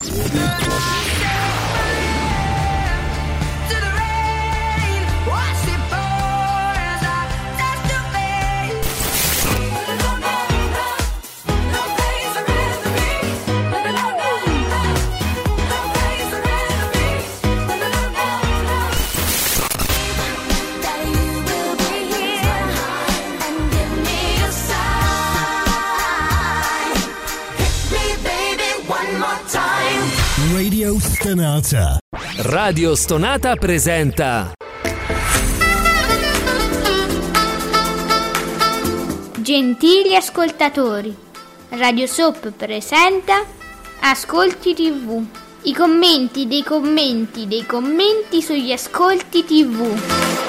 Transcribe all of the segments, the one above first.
Radio Stonata. Radio Stonata presenta Gentili ascoltatori, Radio Soap presenta Ascolti TV. I commenti dei commenti dei commenti sugli ascolti TV.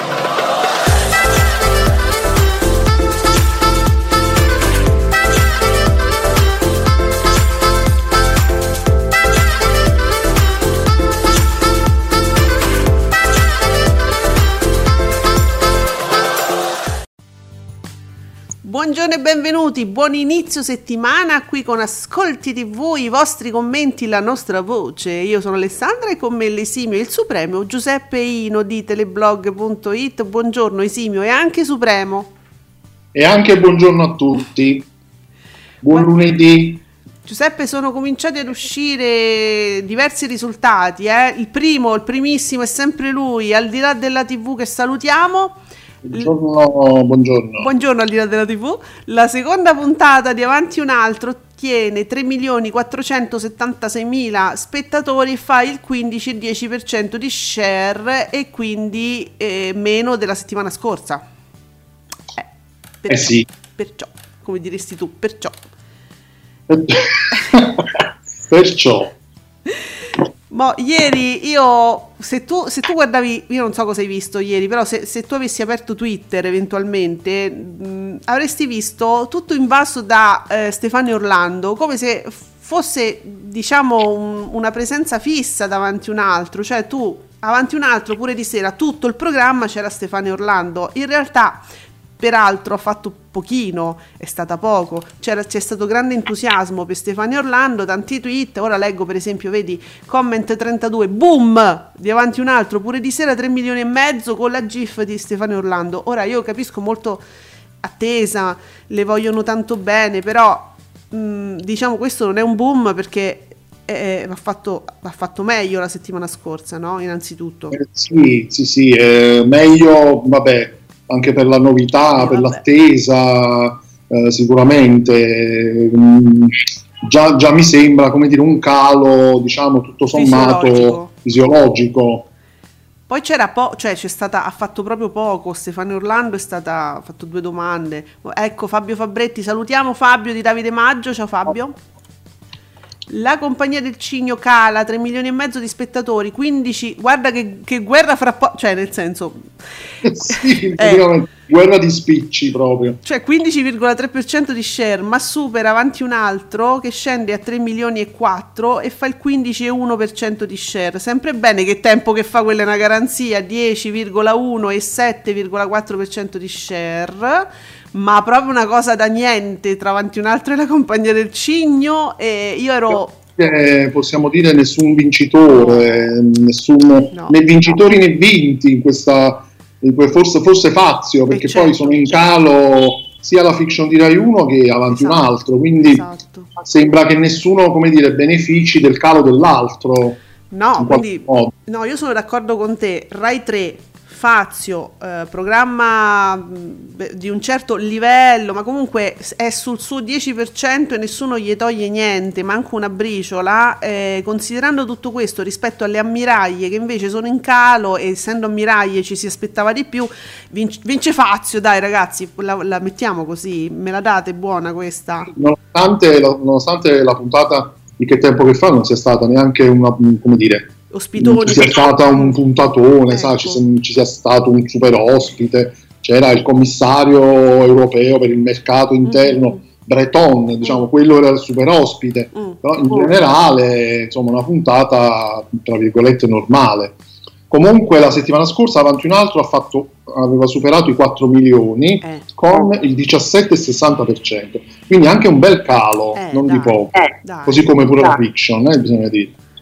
Buongiorno e benvenuti, buon inizio settimana qui con Ascolti TV, i vostri commenti, la nostra voce. Io sono Alessandra e con me l'Esimio e il Supremo Giuseppe Ino di teleblog.it. Buongiorno Esimio e anche Supremo. E anche buongiorno a tutti, buon lunedì. Giuseppe, sono cominciati ad uscire diversi risultati, il primissimo è sempre lui, Al di là della TV, che salutiamo. Buongiorno. Buongiorno Al di là della TV. La seconda puntata di Avanti un altro tiene 3.476.000 spettatori, fa il 15,10% di share e quindi meno della settimana scorsa. Sì. Perciò, come diresti tu, perciò. Ma ieri se tu guardavi, io non so cosa hai visto ieri, però se tu avessi aperto Twitter eventualmente avresti visto tutto invaso da Stefania Orlando, come se fosse, diciamo, una presenza fissa davanti un altro, cioè tu avanti un altro pure di sera, tutto il programma c'era Stefania Orlando. In realtà peraltro ha fatto pochino, è stata poco, c'è stato grande entusiasmo per Stefania Orlando, tanti tweet. Ora leggo per esempio, vedi, comment 32, boom, di Avanti un altro, pure di sera 3 milioni e mezzo con la gif di Stefania Orlando. Ora io capisco, molto attesa, le vogliono tanto bene, però diciamo questo non è un boom perché va fatto meglio la settimana scorsa, no? Innanzitutto. Sì, meglio, vabbè, anche per la novità, per l'attesa, sicuramente. Già mi sembra, come dire, un calo, diciamo, tutto sommato fisiologico. Poi ha fatto proprio poco. Stefania Orlando ha fatto 2 domande. Ecco, Fabio Fabretti, salutiamo Fabio di Davide Maggio. Ciao Fabio. La compagnia del Cigno cala, 3 milioni e mezzo di spettatori, 15, guarda che guerra fra cioè nel senso sì, guerra di spicci proprio, cioè 15,3% di share, ma supera Avanti un altro che scende a 3 milioni e 4 e fa il 15,1% di share. Sempre bene, che tempo che fa, quella è una garanzia, 10,1 e 7,4% di share, ma proprio una cosa da niente tra Avanti un altro e la compagnia del Cigno. E io ero, possiamo dire, nessun vincitore, né vincitori né vinti in questa, forse Fazio, perché poi sono in calo sia la fiction di Rai 1 che Avanti un altro, quindi sembra che nessuno, come dire, benefici del calo dell'altro. No, io sono d'accordo con te. Rai 3, Fazio, programma di un certo livello, ma comunque è sul suo 10% e nessuno gli toglie niente, manco una briciola, considerando tutto questo rispetto alle ammiraglie che invece sono in calo, e essendo ammiraglie ci si aspettava di più, vince Fazio, dai ragazzi, la mettiamo così, me la date buona questa? Nonostante la puntata di Che tempo che fa non sia stata neanche una, come dire, ospitone, ci sia stata un puntatone, ecco. Ci sia stato un super ospite, c'era il commissario europeo per il mercato interno, Breton, diciamo, quello era il super ospite, però in generale, insomma, una puntata tra virgolette normale. Comunque la settimana scorsa Avanti un altro aveva superato i 4 milioni con il 17,60%, quindi anche un bel calo, non di poco, così come pure la fiction, bisogna dire.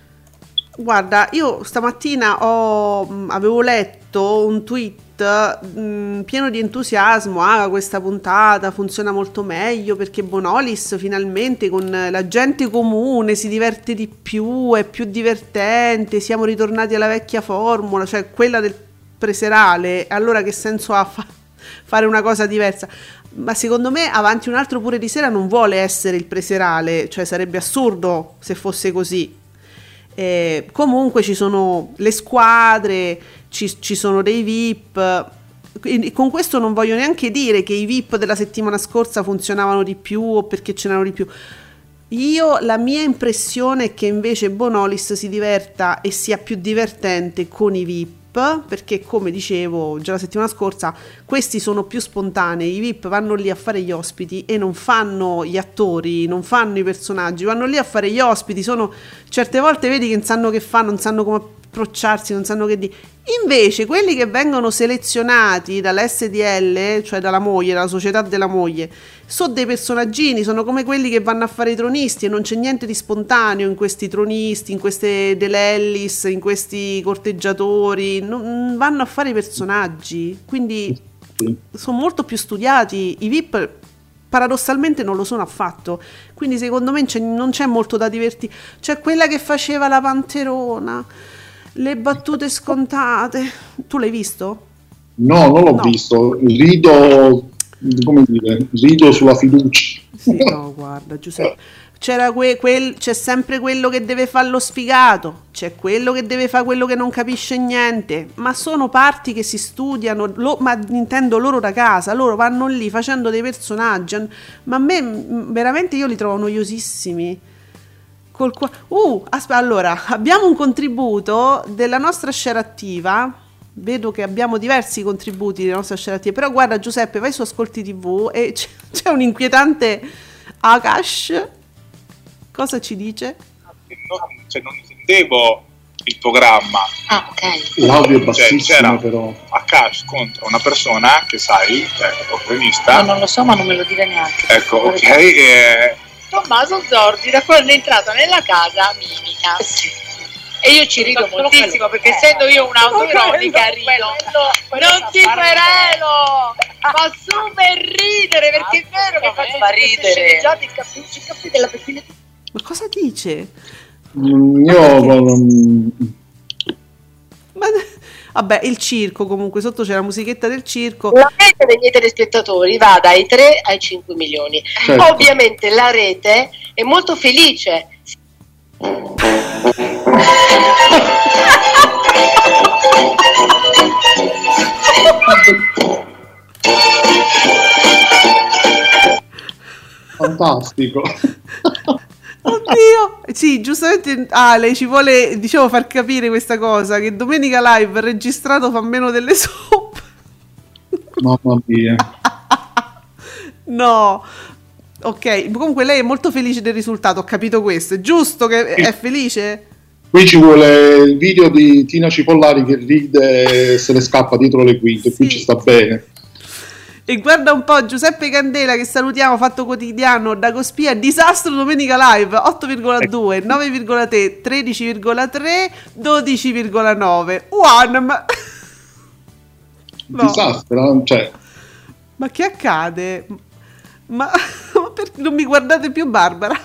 Guarda, io stamattina avevo letto un tweet pieno di entusiasmo. Questa puntata funziona molto meglio perché Bonolis finalmente con la gente comune si diverte di più, è più divertente, siamo ritornati alla vecchia formula, cioè quella del preserale. Allora che senso ha fare una cosa diversa? Ma secondo me Avanti un altro pure di sera non vuole essere il preserale, cioè sarebbe assurdo se fosse così. Comunque ci sono le squadre, ci sono dei VIP. Con questo non voglio neanche dire che i VIP della settimana scorsa funzionavano di più o perché ce n'erano di più. La mia impressione è che invece Bonolis si diverta e sia più divertente con i VIP, perché come dicevo già la settimana scorsa, questi sono più spontanei, i VIP vanno lì a fare gli ospiti e non fanno gli attori, non fanno i personaggi, vanno lì a fare gli ospiti, certe volte vedi che non sanno che fanno, non sanno come approcciarsi, non sanno che dire. Invece quelli che vengono selezionati dall'SDL, cioè dalla moglie, dalla società della moglie, sono dei personaggini, sono come quelli che vanno a fare i tronisti e non c'è niente di spontaneo in questi tronisti, in queste Delellis, in questi corteggiatori, vanno a fare i personaggi, quindi sono molto più studiati. I VIP paradossalmente non lo sono affatto, quindi secondo me non c'è molto da divertirsi. C'è quella che faceva la panterona, le battute scontate. Tu l'hai visto? No, non l'ho visto. Rido sulla fiducia. Sì, no, guarda, Giuseppe, c'è sempre quello che deve fare lo sfigato, c'è quello che deve fare quello che non capisce niente, ma sono parti che si studiano, ma intendo loro da casa, loro vanno lì facendo dei personaggi, ma a me veramente io li trovo noiosissimi. Aspetta, allora, abbiamo un contributo della nostra share attiva. Vedo che abbiamo diversi contributi della nostra share attiva, però guarda Giuseppe, vai su Ascolti TV e c'è un inquietante Akash. Cosa ci dice? Non intendevo il programma. Ah, ok. L'audio è bassissimo, c'era però. Akash contro una persona che sai, è opportunista. No, non lo so, ma non me lo dire neanche. Ecco, ok. Tommaso Zordi, da quando è entrato nella casa, mimica. Sì. E io ci rido moltissimo perché essendo io un'autoironica rido. Non ti querelo! Fa super ridere perché è vero che faccio queste sceneggiate in caffè della pettina. Ma cosa dice? Vabbè, il circo comunque, sotto c'è la musichetta del circo. La rete dei miei telespettatori va dai 3 ai 5 milioni. Certo. Ovviamente la rete è molto felice. Fantastico. Oddio, sì, giustamente lei ci vuole, diciamo, far capire questa cosa, che Domenica Live registrato fa meno delle soap. Mamma mia. No. Ok, comunque lei è molto felice del risultato, ho capito questo. È giusto che è felice? Qui ci vuole il video di Tina Cipollari che ride e se ne scappa dietro le quinte. Sì. Qui ci sta bene. E guarda un po', Giuseppe Candela, che salutiamo, Fatto Quotidiano, da Cospia, disastro Domenica Live, 8,2, 9,3, 13,3, 12,9. No. Disastro, cioè. Ma che accade? Ma non mi guardate più, Barbara?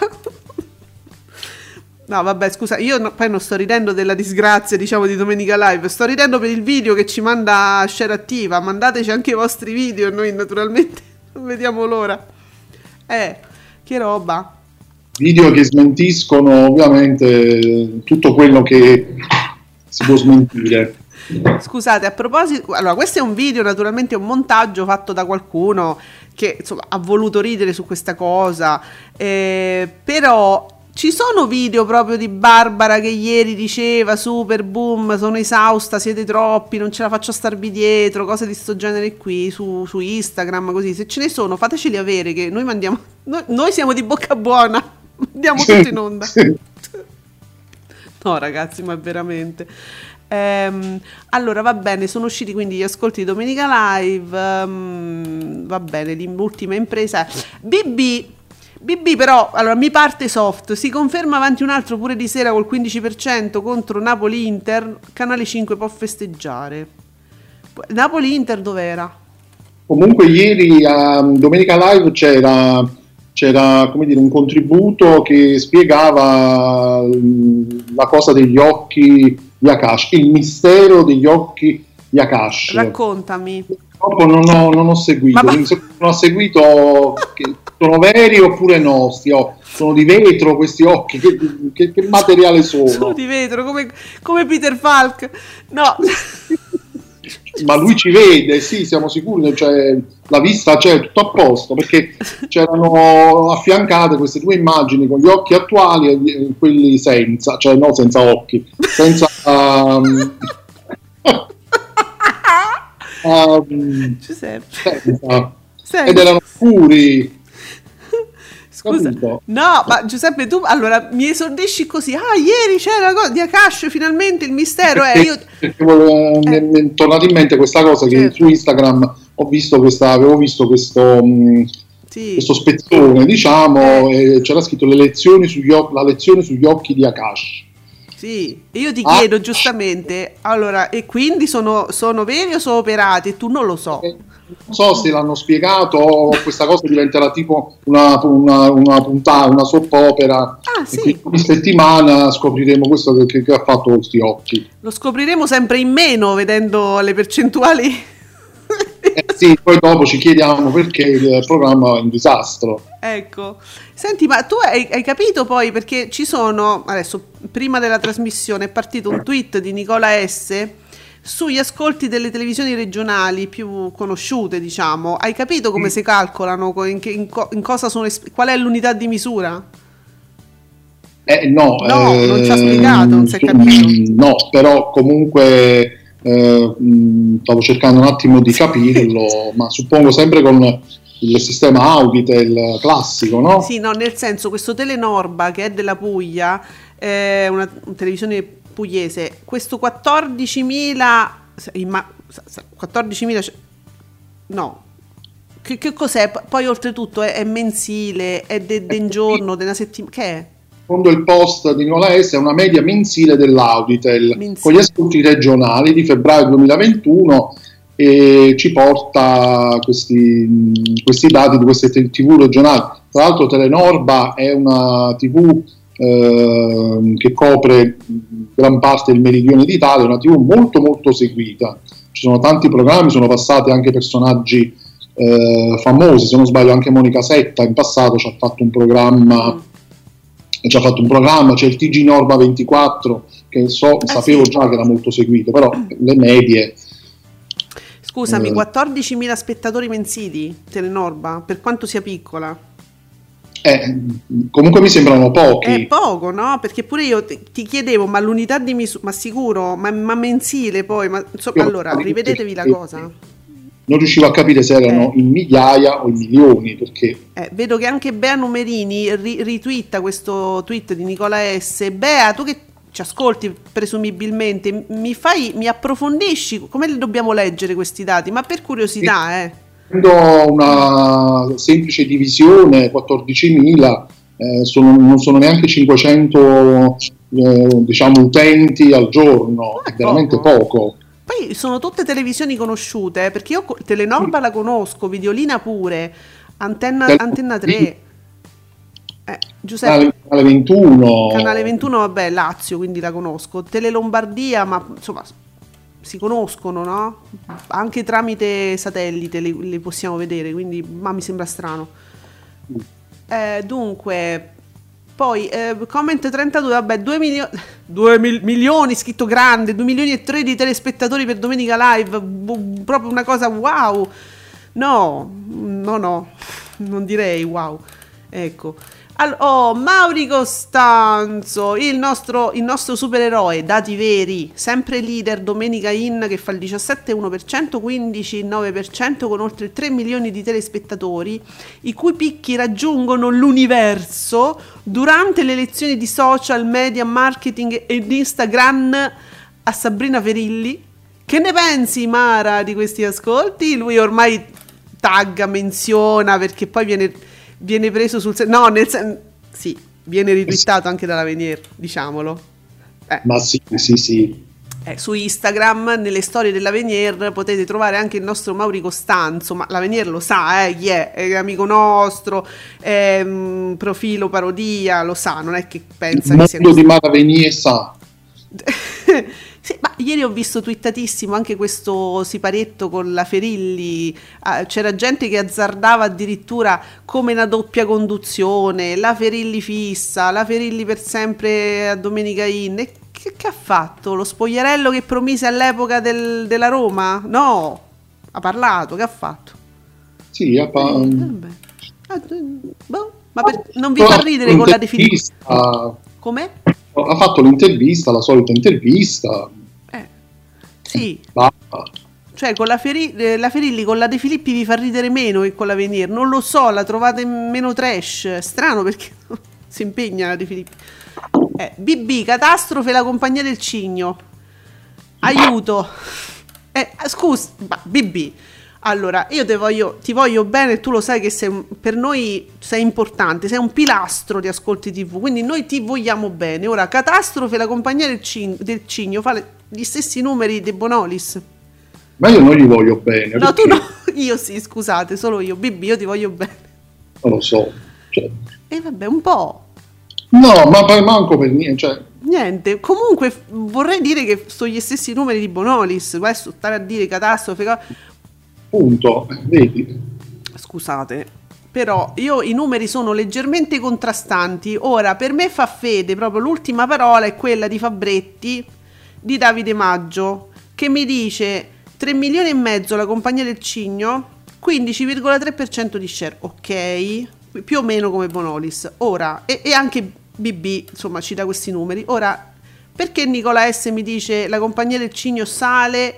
No, vabbè, scusa, io poi non sto ridendo della disgrazia, diciamo, di Domenica Live, sto ridendo per il video che ci manda Share Attiva. Mandateci anche i vostri video, noi naturalmente non vediamo l'ora. Che roba. Video che smentiscono ovviamente tutto quello che si può smentire. Scusate, a proposito, allora questo è un video, naturalmente un montaggio fatto da qualcuno che insomma ha voluto ridere su questa cosa, però ci sono video proprio di Barbara che ieri diceva super boom, sono esausta, siete troppi, non ce la faccio a starvi dietro, cose di sto genere qui su Instagram, così. Se ce ne sono fateceli avere, che noi mandiamo, noi siamo di bocca buona, andiamo tutto in onda. No ragazzi, ma veramente. Allora va bene, sono usciti quindi gli ascolti di Domenica Live, va bene, l'ultima impresa BB BB però, allora mi parte soft, si conferma avanti un altro pure di sera col 15% contro Napoli-Inter, Canale 5 può festeggiare. Napoli-Inter dov'era? Comunque ieri a Domenica Live c'era come dire, un contributo che spiegava la cosa degli occhi di Akash, il mistero degli occhi di Akash. Raccontami. Purtroppo non ho seguito, non ho seguito che sono veri oppure no, sono di vetro questi occhi, che materiale sono? Sono di vetro, come Peter Falk, no. Ma lui ci vede, sì, siamo sicuri, cioè, la vista c'è, tutto a posto, perché c'erano affiancate queste due immagini con gli occhi attuali e quelli senza, cioè no, senza occhi, senza Giuseppe. Ed erano puri. Scusa, no, ma Giuseppe, tu allora mi esordisci così. Ieri c'era la cosa di Akash, finalmente il mistero è. Mi è tornata in mente questa cosa, che su Instagram avevo visto questo spezzone, diciamo, e c'era scritto la lezione sugli occhi di Akash. Sì, e io ti chiedo giustamente, allora, e quindi sono veri o sono operati? E tu non lo so. Non so se l'hanno spiegato, questa cosa diventerà tipo una puntata, una soap opera. Sì. Ogni settimana scopriremo questo che ha fatto questi occhi. Lo scopriremo sempre in meno vedendo le percentuali. Sì, poi dopo ci chiediamo perché il programma è un disastro. Ecco, senti, ma tu hai capito poi, perché ci sono, adesso prima della trasmissione è partito un tweet di Nicola S sugli ascolti delle televisioni regionali più conosciute, diciamo. Hai capito come si calcolano, in cosa sono, qual è l'unità di misura? No, non ci ha spiegato, non si è capito. No, però comunque stavo cercando un attimo di capirlo, ma suppongo sempre con il sistema Auditel classico, no? Sì, no, nel senso, questo Telenorba, che è della Puglia, è una televisione pugliese, questo 14.000 no, che cos'è? Poi oltretutto è mensile, è un giorno, una settimana, che è? Secondo il post di Nicola S è una media mensile dell'Auditel con gli ascolti regionali di febbraio 2021, e ci porta questi dati di queste TV regionali. Tra l'altro Telenorba è una TV che copre gran parte del meridione d'Italia, è una TV molto molto seguita, ci sono tanti programmi, sono passati anche personaggi famosi, se non sbaglio anche Monica Setta in passato ci ha fatto un programma, c'è il TG Norba 24 che sapevo già che era molto seguito, però le medie. Scusami, 14.000 spettatori mensili Telenorba, per quanto sia piccola. Comunque mi sembrano pochi. È poco, no? Perché pure io ti chiedevo, ma l'unità di misura, ma sicuro, ma mensile poi, ma insomma, allora rivedetevi la cosa. Non riuscivo a capire se erano in migliaia o in milioni, perché vedo che anche Bea Numerini ritwitta questo tweet di Nicola S. Bea, tu che ci ascolti presumibilmente, mi approfondisci come li dobbiamo leggere questi dati, ma per curiosità, una semplice divisione, 14.000, non sono neanche 500 diciamo utenti al giorno, è veramente poco. Poi sono tutte televisioni conosciute, perché io Telenorba la conosco, Videolina pure, Antenna 3, Giuseppe, Canale 21, vabbè, Lazio, quindi la conosco, Tele Lombardia, ma insomma si conoscono, no? Anche tramite satellite le possiamo vedere, quindi ma mi sembra strano. Dunque, poi comment 32, vabbè, 2 milioni, scritto grande, 2 milioni e 3 di telespettatori per Domenica Live, proprio una cosa wow. No, non direi wow. Ecco. Mauri Costanzo, il nostro supereroe, dati veri, sempre leader Domenica In, che fa il 17,1%, 15,9% con oltre 3 milioni di telespettatori, i cui picchi raggiungono l'universo durante le lezioni di social, media, marketing ed Instagram a Sabrina Ferilli. Che ne pensi, Mara, di questi ascolti? Lui ormai tagga, menziona, perché poi viene viene preso sul no, sì, viene ritwittato anche dalla Venier, diciamolo. Ma sì. Su Instagram, nelle storie della Venier, potete trovare anche il nostro Mauri Costanzo, ma la Venier lo sa, chi è amico nostro, è profilo parodia, lo sa, non è che pensa che sia così. Il mondo di Mara Venier sa. Sì, ma ieri ho visto twittatissimo anche questo siparetto con la Ferilli, c'era gente che azzardava addirittura come una doppia conduzione, la Ferilli fissa, la Ferilli per sempre a Domenica In. E che ha fatto? Lo spogliarello che promise all'epoca della Roma? No, ha parlato, che ha fatto? Sì, non vi fa ridere con la definizione? Come? Ha fatto l'intervista, la solita intervista. Sì. Cioè con la Ferilli con la De Filippi vi fa ridere meno che con la Venier. Non lo so, la trovate meno trash. Strano perché si impegna la De Filippi. BB, catastrofe, la compagnia del cigno. Aiuto. Scusa, BB. Allora, io ti voglio bene, tu lo sai che per noi sei importante, sei un pilastro di Ascolti TV, quindi noi ti vogliamo bene. Ora, catastrofe, la compagnia del cigno fa gli stessi numeri di Bonolis. Ma io non gli voglio bene. No, tu no, io sì, scusate, solo io. BB, io ti voglio bene. Non lo so. Vabbè, un po'. No, ma manco per niente, niente, comunque vorrei dire che sono gli stessi numeri di Bonolis, adesso stare a dire catastrofe, punto, vedi? Scusate, però i numeri sono leggermente contrastanti. Ora, per me fa fede, proprio l'ultima parola è quella di Fabretti, di Davide Maggio, che mi dice 3 milioni e mezzo la compagnia del cigno, 15,3% di share, ok, più o meno come Bonolis. Ora, e anche BB, insomma, ci dà questi numeri. Ora, perché Nicola S mi dice la compagnia del cigno sale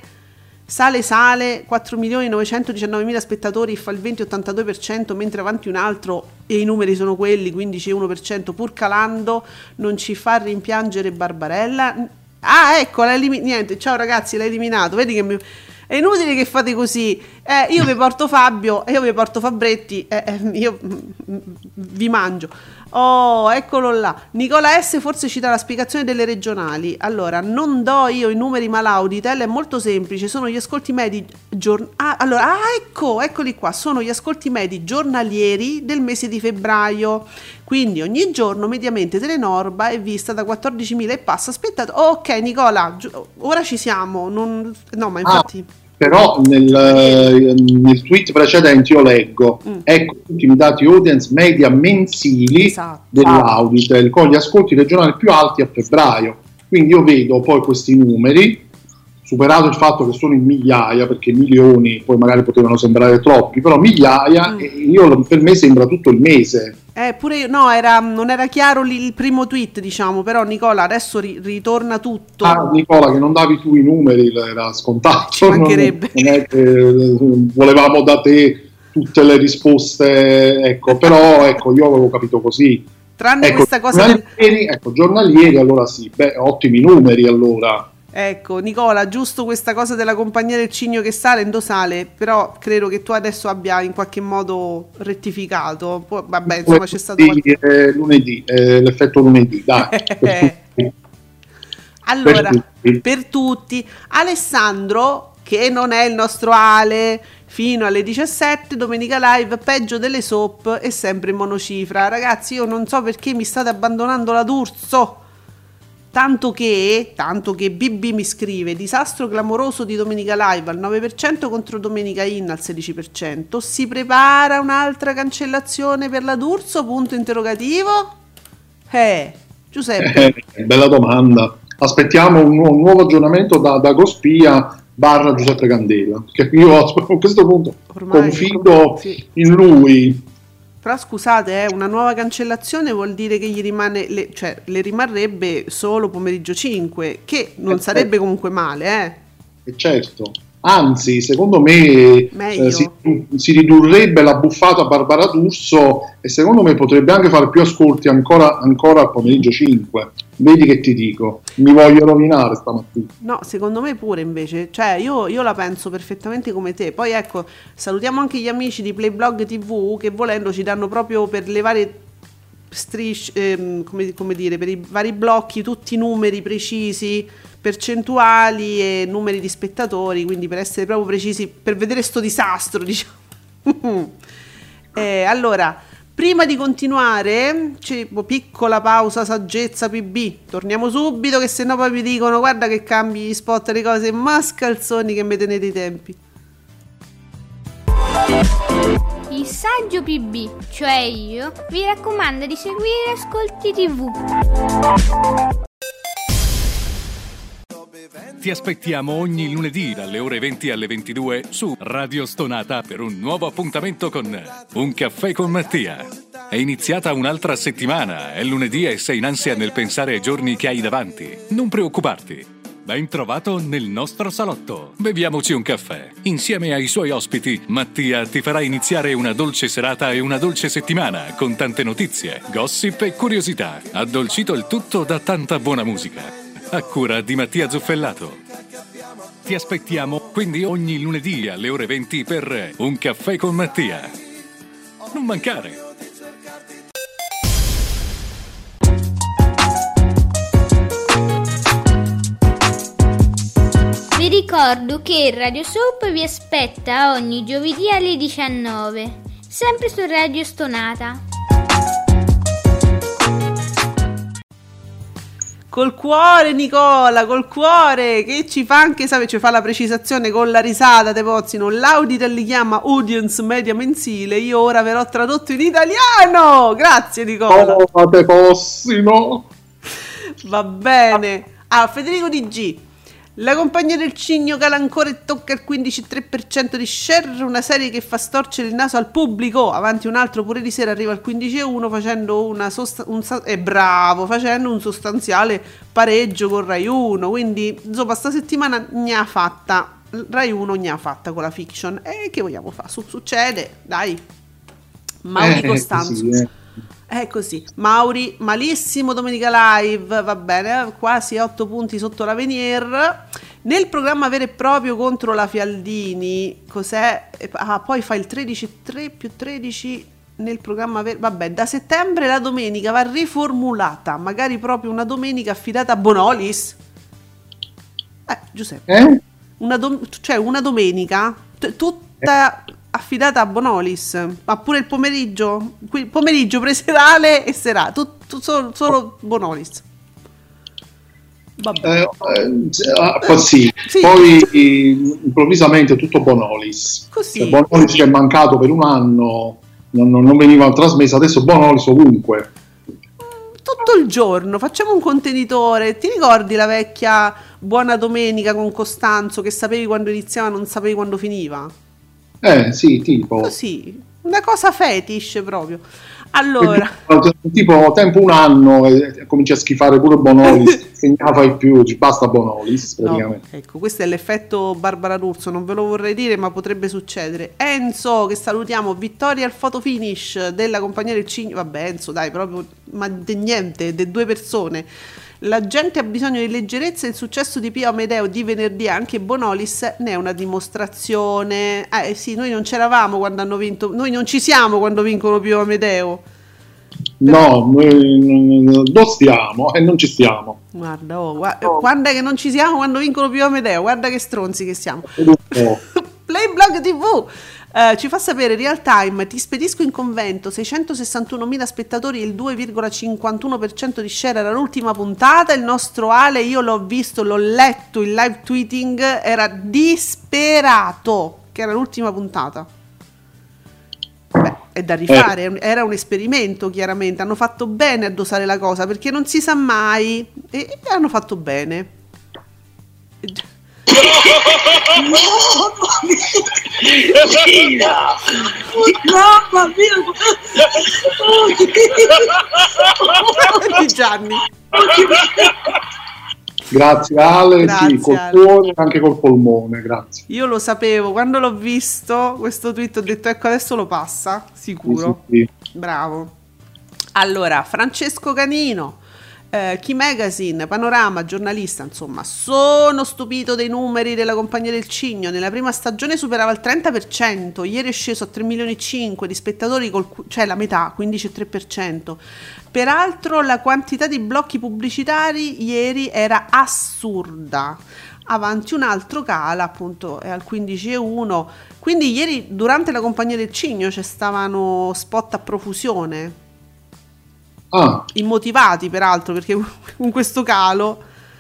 4.919.000 spettatori, fa il 20,82%, mentre avanti un altro e i numeri sono quelli, 15,1%, pur calando, non ci fa rimpiangere Barbarella. Ecco, niente, ciao ragazzi, l'hai eliminato, vedi che è inutile che fate così, io vi porto Fabio e io vi porto Fabretti, io vi mangio. Oh, eccolo là. Nicola S forse ci dà la spiegazione delle regionali. Allora, non do io i numeri Malauditel, è molto semplice, sono gli ascolti medi eccoli qua, sono gli ascolti medi giornalieri del mese di febbraio. Quindi ogni giorno mediamente Telenorba è vista da 14.000 e passa. Aspettate, ok Nicola, ora ci siamo. No, ma infatti... Però nel tweet precedente io leggo ecco tutti i dati audience media mensili dell'Auditel con gli ascolti regionali più alti a febbraio, quindi io vedo poi questi numeri, superato il fatto che sono in migliaia, perché milioni poi magari potevano sembrare troppi, però migliaia, per me sembra tutto il mese. Pure io, no, non era chiaro il primo tweet, diciamo, però Nicola adesso ritorna tutto. Nicola, che non davi tu i numeri, era scontato. Ci mancherebbe. Non è che volevamo da te tutte le risposte, ecco, però ecco, io avevo capito così. Tranne questa cosa giornalieri, allora sì, ottimi numeri allora. Ecco, Nicola, giusto questa cosa della compagnia del cigno che sale, sale, però credo che tu adesso abbia in qualche modo rettificato. Poi, vabbè, insomma, c'è stato lunedì, l'effetto lunedì, dai. Allora, per tutti. Alessandro, che non è il nostro Ale, fino alle 17, Domenica Live, peggio delle soap e sempre in monocifra. Ragazzi, io non so perché mi state abbandonando la D'Urso. Tanto che BB mi scrive disastro clamoroso di Domenica Live al 9% contro Domenica In al 16%, si prepara un'altra cancellazione per la D'Urso, punto interrogativo? Giuseppe, bella domanda, aspettiamo un nuovo aggiornamento da Gospia / Giuseppe Candela, che io a questo punto confido in lui. Però scusate, una nuova cancellazione vuol dire che gli rimane, le rimarrebbe solo pomeriggio 5, che non sarebbe comunque male, certo, anzi, secondo me si ridurrebbe la buffata a Barbara D'Urso e secondo me potrebbe anche fare più ascolti ancora al pomeriggio 5. Vedi che ti dico, mi voglio rovinare stamattina. No, secondo me pure invece, cioè io la penso perfettamente come te. Poi ecco, salutiamo anche gli amici di Playblog TV che volendo ci danno proprio per le varie strisce, come dire, per i vari blocchi tutti i numeri precisi, percentuali e numeri di spettatori, quindi per essere proprio precisi, per vedere sto disastro, diciamo. Allora, prima di continuare, piccola pausa saggezza PB, torniamo subito che sennò poi vi dicono guarda che cambi gli spot, le cose, mascalzoni che mi tenete i tempi. Il saggio PB, cioè io, vi raccomando di seguire Ascolti TV. Ti aspettiamo ogni lunedì dalle ore 20 alle 22 su Radio Stonata per un nuovo appuntamento con Un caffè con Mattia. È iniziata un'altra settimana, è lunedì e sei in ansia nel pensare ai giorni che hai davanti. Non preoccuparti. Ben trovato nel nostro salotto. Beviamoci un caffè. Insieme ai suoi ospiti, Mattia ti farà iniziare una dolce serata e una dolce settimana con tante notizie, gossip e curiosità. Addolcito il tutto da tanta buona musica. A cura di Mattia Zuffellato. Ti aspettiamo quindi ogni lunedì alle ore 20 per Un caffè con Mattia. Non mancare. Vi ricordo che Radio Soap vi aspetta ogni giovedì alle 19, sempre su Radio Stonata. Col cuore Nicola, col cuore, che ci fa anche, ci fa la precisazione con la risata, te Pozzino, l'Auditel li chiama Audience Media Mensile, io ora verrò tradotto in italiano, grazie Nicola. Oh, te Pozzino. Va bene. Federico DG, la compagnia del Cigno cala ancora e tocca il 15,3% di share, una serie che fa storcere il naso al pubblico, avanti un altro pure di sera arriva al 15,1 facendo facendo un sostanziale pareggio con Rai 1, quindi insomma sta settimana ne ha fatta, Rai 1 ne ha fatta con la fiction, e che vogliamo fare? Succede, dai. Mauri Costanzo. Sì, È così, Mauri, malissimo Domenica Live, va bene, quasi 8 punti sotto la Venier. Nel programma vero e proprio contro la Fialdini, cos'è? Poi fa il 13,3 più 13 nel programma vero, vabbè, da settembre la domenica va riformulata, magari proprio una domenica affidata a Bonolis. Giuseppe, una domenica tutta affidata a Bonolis, ma pure il pomeriggio preserale e serale, solo Bonolis. Vabbè. Così. Sì. Poi improvvisamente tutto Bonolis. Così. Cioè, Bonolis che è mancato per un anno, non veniva trasmesso, adesso Bonolis ovunque. Tutto il giorno, facciamo un contenitore. Ti ricordi la vecchia Buona Domenica con Costanzo che sapevi quando iniziava, non sapevi quando finiva? Sì, tipo. Così, una cosa fetish proprio. Allora, tipo tempo un anno e cominci a schifare pure Bonolis, che ne fai più, ci basta Bonolis praticamente. No, ecco, questo è l'effetto Barbara D'Urso, non ve lo vorrei dire, ma potrebbe succedere. Enzo, che salutiamo, vittoria al photo finish della compagnia del Cigno. Vabbè, Enzo, dai, proprio, ma niente, de due persone. La gente ha bisogno di leggerezza e il successo di Pio Amedeo di venerdì, anche Bonolis ne è una dimostrazione. Sì, noi non c'eravamo quando hanno vinto, noi non ci siamo quando vincono Pio Amedeo. No, noi non stiamo e non ci stiamo. Guarda, guarda che non ci siamo quando vincono Pio Amedeo, guarda che stronzi che siamo. Playblog TV ci fa sapere real time, ti spedisco in convento, 661.000 spettatori e il 2,51% di share era l'ultima puntata. Il nostro Ale, io l'ho visto, l'ho letto, il live tweeting era disperato che era l'ultima puntata. Beh, è da rifare, era un esperimento, chiaramente hanno fatto bene a dosare la cosa perché non si sa mai, e hanno fatto bene. Mamma mia, Gianni. Grazie Ale, grazie, sì, col Ale. cuore e anche col polmone, grazie. Io lo sapevo, quando l'ho visto questo tweet ho detto ecco adesso lo passa, sicuro. Sì. Bravo. Allora, Francesco Canino, Key Magazine, Panorama, Giornalista, insomma, sono stupito dei numeri della Compagnia del Cigno. Nella prima stagione superava il 30%, ieri è sceso a 3,5 milioni di spettatori, cioè la metà, 15,3%. Peraltro la quantità di blocchi pubblicitari ieri era assurda. Avanti un altro cala, appunto, è al 15,1. Quindi ieri durante la Compagnia del Cigno c'è stavano spot a profusione. Immotivati peraltro, perché con questo calo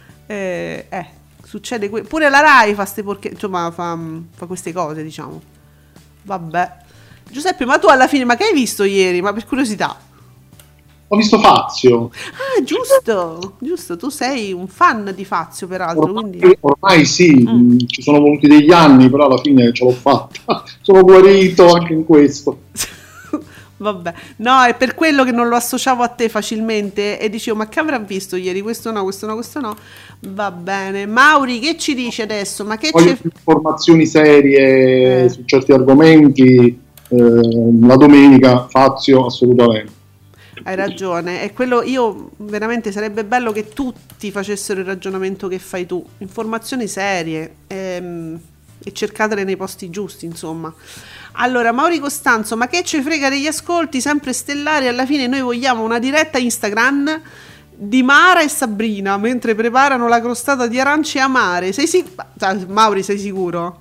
succede pure la Rai fa ste porche, insomma fa queste cose, diciamo. Vabbè, Giuseppe, ma tu alla fine, ma che hai visto ieri? Ma per curiosità. Ho visto Fazio. Ah, giusto, tu sei un fan di Fazio peraltro, quindi... ormai sì, ci sono voluti degli anni, però alla fine ce l'ho fatta. Sono guarito anche in questo. Vabbè, no, è per quello che non lo associavo a te facilmente e dicevo, ma che avrà visto ieri? Questo no. Va bene. Mauri, che ci dici adesso? Ma che c'è? Informazioni serie su certi argomenti, la domenica, Fazio, assolutamente. Hai ragione, è quello, io veramente sarebbe bello che tutti facessero il ragionamento che fai tu, informazioni serie e cercatele nei posti giusti, insomma. Allora, Mauri Costanzo, ma che ci frega degli ascolti sempre stellari? Alla fine noi vogliamo una diretta Instagram di Mara e Sabrina mentre preparano la crostata di arance amare. Mauri, sei sicuro?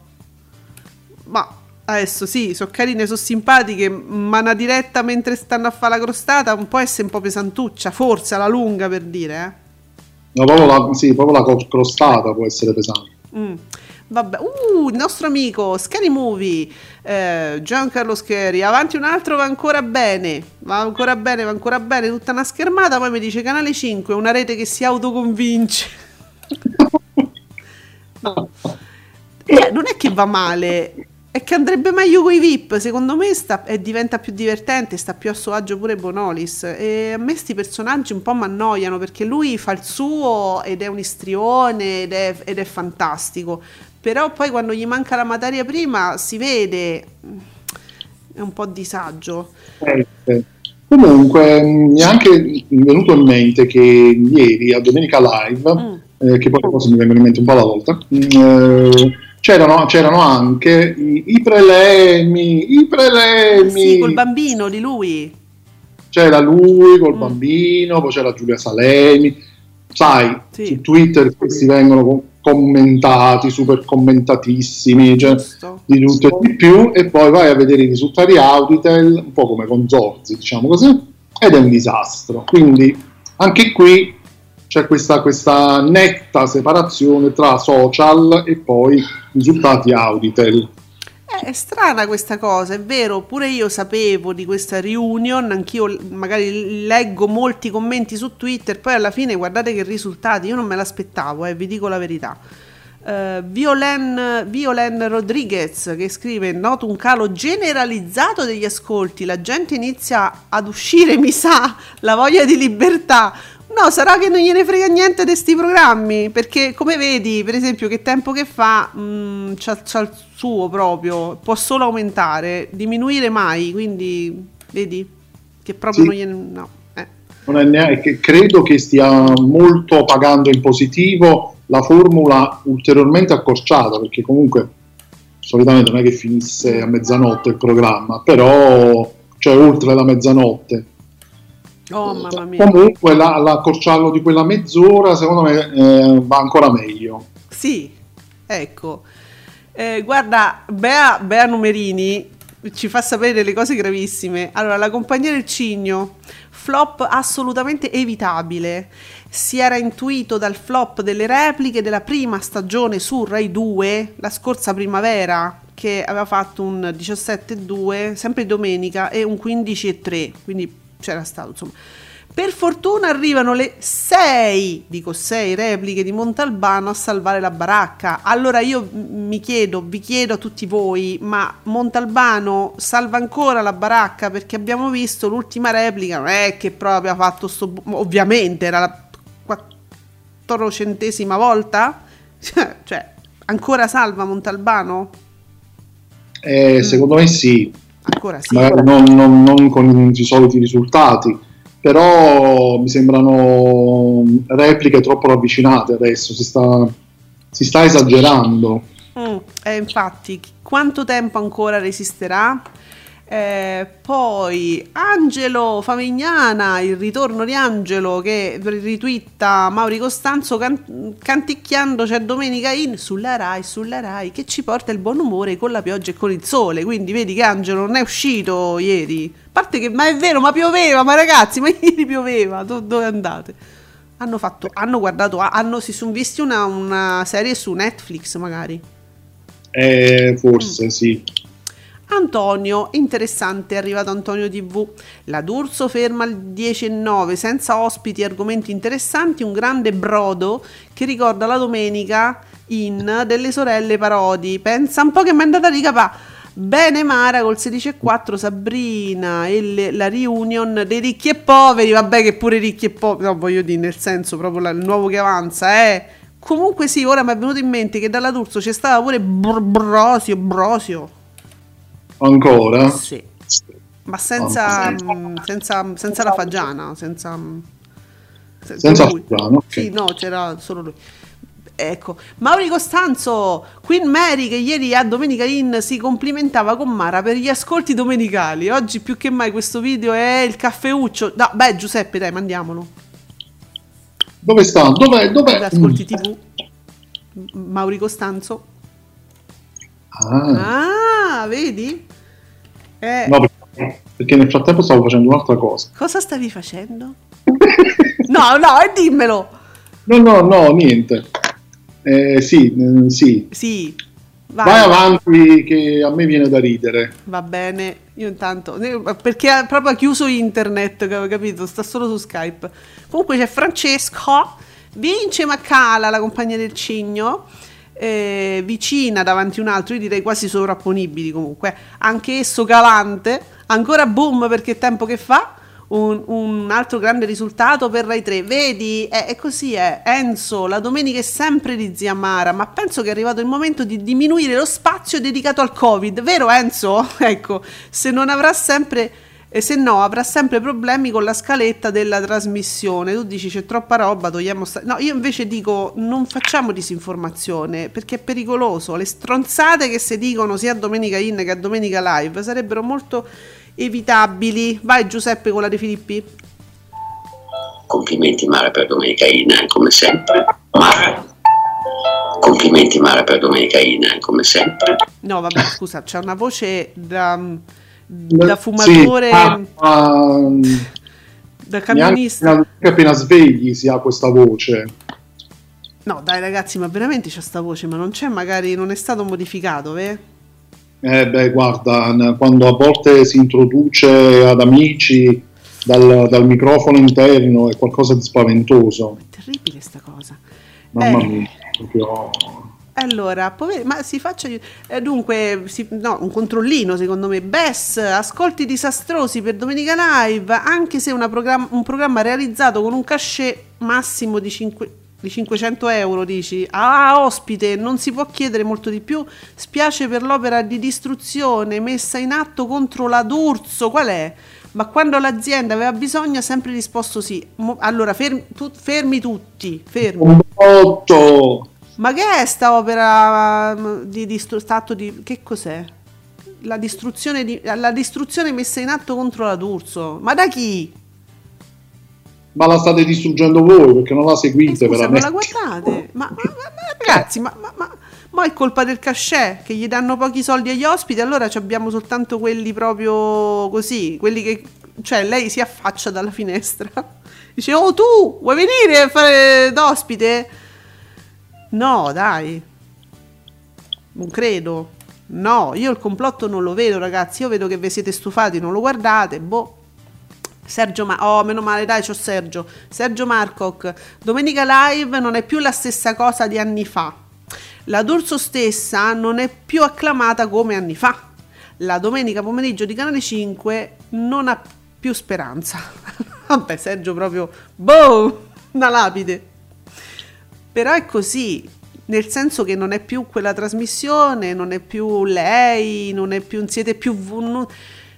Ma adesso sì, sono carine, sono simpatiche, ma una diretta mentre stanno a fare la crostata un po' un po' pesantuccia, forse alla lunga, per dire, No, proprio la crostata può essere pesante. Vabbè, il nostro amico Scary Movie, Giancarlo Scary, avanti un altro, va ancora bene, tutta una schermata, poi mi dice Canale 5, una rete che si autoconvince. No. Non è che va male, è che andrebbe meglio coi VIP, secondo me diventa più divertente, sta più a suo agio pure Bonolis, e a me sti personaggi un po' mi annoiano, perché lui fa il suo ed è un istrione ed è fantastico, però poi quando gli manca la materia prima si vede, è un po' disagio. Comunque mi è anche venuto in mente che ieri a Domenica Live, che poi le cose mi vengono in mente un po' alla volta, c'erano anche i prelemi. Sì, col bambino di lui. C'era lui col bambino, poi c'era Giulia Salemi. Sai, sì. Su Twitter questi vengono commentati, super commentatissimi, cioè, di tutto e di più, e poi vai a vedere i risultati Auditel, un po' come Consorzi, diciamo così, ed è un disastro. Quindi anche qui c'è questa netta separazione tra social e poi risultati Auditel. È strana questa cosa, è vero, pure io sapevo di questa reunion, anch'io magari leggo molti commenti su Twitter, poi alla fine guardate che risultati, io non me l'aspettavo, vi dico la verità. Violen Rodriguez che scrive: noto un calo generalizzato degli ascolti, la gente inizia ad uscire, mi sa, la voglia di libertà. No, sarà che non gliene frega niente di sti programmi, perché come vedi, per esempio, Che tempo che fa, c'ha il suo proprio, può solo aumentare, diminuire mai, quindi vedi che proprio sì. Non gliene... no. Non è neanche, credo che stia molto pagando in positivo la formula ulteriormente accorciata, perché comunque solitamente non è che finisse a mezzanotte il programma, però cioè oltre la mezzanotte. Oh, mamma mia. Comunque l'accorciarlo di quella mezz'ora secondo me va ancora meglio. Sì, ecco, guarda, Bea Numerini ci fa sapere delle cose gravissime. Allora, la Compagnia del Cigno, flop assolutamente evitabile, si era intuito dal flop delle repliche della prima stagione su Rai 2 la scorsa primavera, che aveva fatto un 17,2 sempre domenica e un 15,3, quindi c'era stato, insomma. Per fortuna arrivano le 6 repliche di Montalbano a salvare la baracca. Allora io vi chiedo a tutti voi, ma Montalbano salva ancora la baracca? Perché abbiamo visto l'ultima replica, non è che proprio ha fatto ovviamente era la 400esima volta, cioè ancora salva Montalbano? Secondo me sì. Ancora sì. Magari non con i soliti risultati, però mi sembrano repliche troppo ravvicinate adesso, si sta esagerando. Infatti, quanto tempo ancora resisterà? Poi Angelo Favignana, il ritorno di Angelo che ritwitta Mauri Costanzo canticchiando c'è Domenica In sulla Rai che ci porta il buon umore con la pioggia e con il sole, quindi vedi che Angelo non è uscito ieri, a parte che ma è vero, ma pioveva, ma ragazzi, ma ieri pioveva, dove andate? Hanno guardato, si sono visti una serie su Netflix magari, forse sì. Antonio, interessante, è arrivato Antonio TV. La D'Urso ferma al 10,9 senza ospiti e argomenti interessanti, un grande brodo che ricorda la Domenica In delle sorelle Parodi. Pensa un po' che mi è andata a ricapà. Bene Mara col 16,4, Sabrina e la reunion dei ricchi e poveri, vabbè che pure ricchi e poveri, no, voglio dire, nel senso proprio il nuovo che avanza, Comunque sì, ora mi è venuto in mente che dalla D'Urso c'è stata pure Brosio. Ancora? Sì. Ma senza la Fagiana, senza lui. Fagiana, okay. Sì, no, c'era solo lui. Ecco, Mauri Costanzo, Queen Mary che ieri a Domenica In si complimentava con Mara per gli ascolti domenicali. Oggi più che mai questo video è il caffeuccio. No, beh, Giuseppe, dai, mandiamolo. Dove sta? Dov'è? Ascolti TV. Mauri Costanzo. Vedi? No, perché nel frattempo stavo facendo un'altra cosa. Cosa stavi facendo? No, dimmelo. No, niente. Sì. Vai avanti che a me viene da ridere. Va bene, io intanto, perché proprio ha chiuso internet, capito? Sta solo su Skype. Comunque c'è Francesco, vince Macala, la compagnia del Cigno. Vicina davanti un altro, io direi quasi sovrapponibili comunque, anche esso galante, ancora boom perché tempo che fa, un altro grande risultato per Rai 3, vedi, è così, Enzo, la domenica è sempre di zia Mara, ma penso che è arrivato il momento di diminuire lo spazio dedicato al Covid, vero Enzo? Ecco, se no avrà sempre problemi con la scaletta della trasmissione. Tu dici c'è troppa roba, togliamo no, io invece dico non facciamo disinformazione perché è pericoloso. Le stronzate che si dicono sia a Domenica In che a Domenica Live sarebbero molto evitabili. Vai Giuseppe con la De Filippi. Complimenti Mara per Domenica In, come sempre. Complimenti Mara per Domenica In, come sempre. No vabbè, scusa, c'è una voce da fumatore, da camionista. Neanche appena svegli si ha questa voce. No dai ragazzi, ma veramente c'è sta voce, ma non c'è, magari non è stato modificato, guarda, quando a volte si introduce ad amici dal microfono interno è qualcosa di spaventoso. È terribile sta cosa. Mamma mia, proprio. Allora, ma si faccia dunque un controllino secondo me. Bess, ascolti disastrosi per Domenica Live, anche se un programma realizzato con un cachet massimo di 500 euro, dici? Ospite, non si può chiedere molto di più. Spiace per l'opera di distruzione messa in atto contro la D'Urso. Qual è? Ma quando l'azienda aveva bisogno ha sempre risposto sì. Allora, fermi tutti, fermi. Ma che è sta opera che cos'è? La distruzione messa in atto contro la D'Urso. Ma da chi? Ma la state distruggendo voi perché non la seguite, scusa, veramente. Non la guardate? Ma ragazzi, ma è colpa del cachet che gli danno pochi soldi agli ospiti, allora abbiamo soltanto quelli proprio così, quelli che, cioè lei si affaccia dalla finestra, dice oh tu vuoi venire a fare d'ospite? No dai, non credo, no, io il complotto non lo vedo ragazzi, io vedo che vi siete stufati, non lo guardate, Sergio, meno male, dai, c'ho Sergio Marcoc. Domenica Live non è più la stessa cosa di anni fa. La D'Urso stessa non è più acclamata come anni fa. La domenica pomeriggio di Canale 5 non ha più speranza. Vabbè, Sergio proprio, una lapide. Però è così, nel senso che non è più quella trasmissione, non è più lei, non siete più...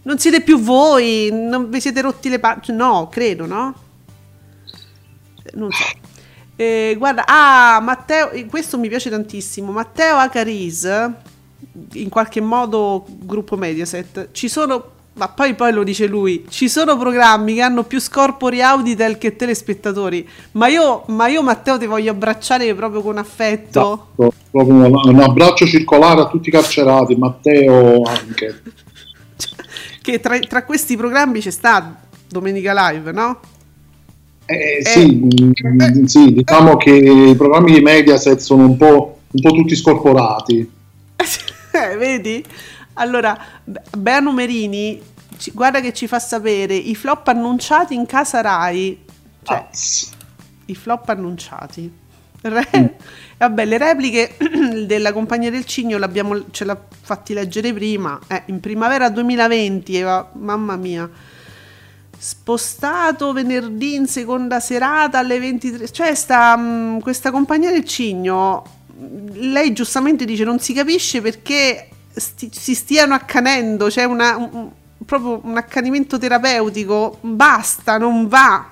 Non siete più voi? Non vi siete rotti le palle? No, credo, no? Non so. Guarda, Matteo, questo mi piace tantissimo. Matteo Acaris, in qualche modo gruppo Mediaset, ci sono, ma poi lo dice lui, ci sono programmi che hanno più scorpori Auditel che telespettatori, ma io Matteo ti voglio abbracciare proprio con affetto. Esatto, proprio un abbraccio circolare a tutti i carcerati, Matteo anche. Che tra questi programmi c'è sta Domenica Live, no? Sì, diciamo che i programmi di Mediaset sono un po' tutti scorporati. Vedi? Allora, Bea Numerini, guarda che ci fa sapere i flop annunciati in casa Rai. Cioè, i flop annunciati. Vabbè, le repliche della Compagnia del Cigno ce l'ha fatti leggere prima. In primavera 2020, mamma mia. Spostato venerdì in seconda serata alle 23. Cioè, questa Compagnia del Cigno, lei giustamente dice non si capisce perché si stiano accanendo, c'è proprio un accanimento terapeutico, basta, non va.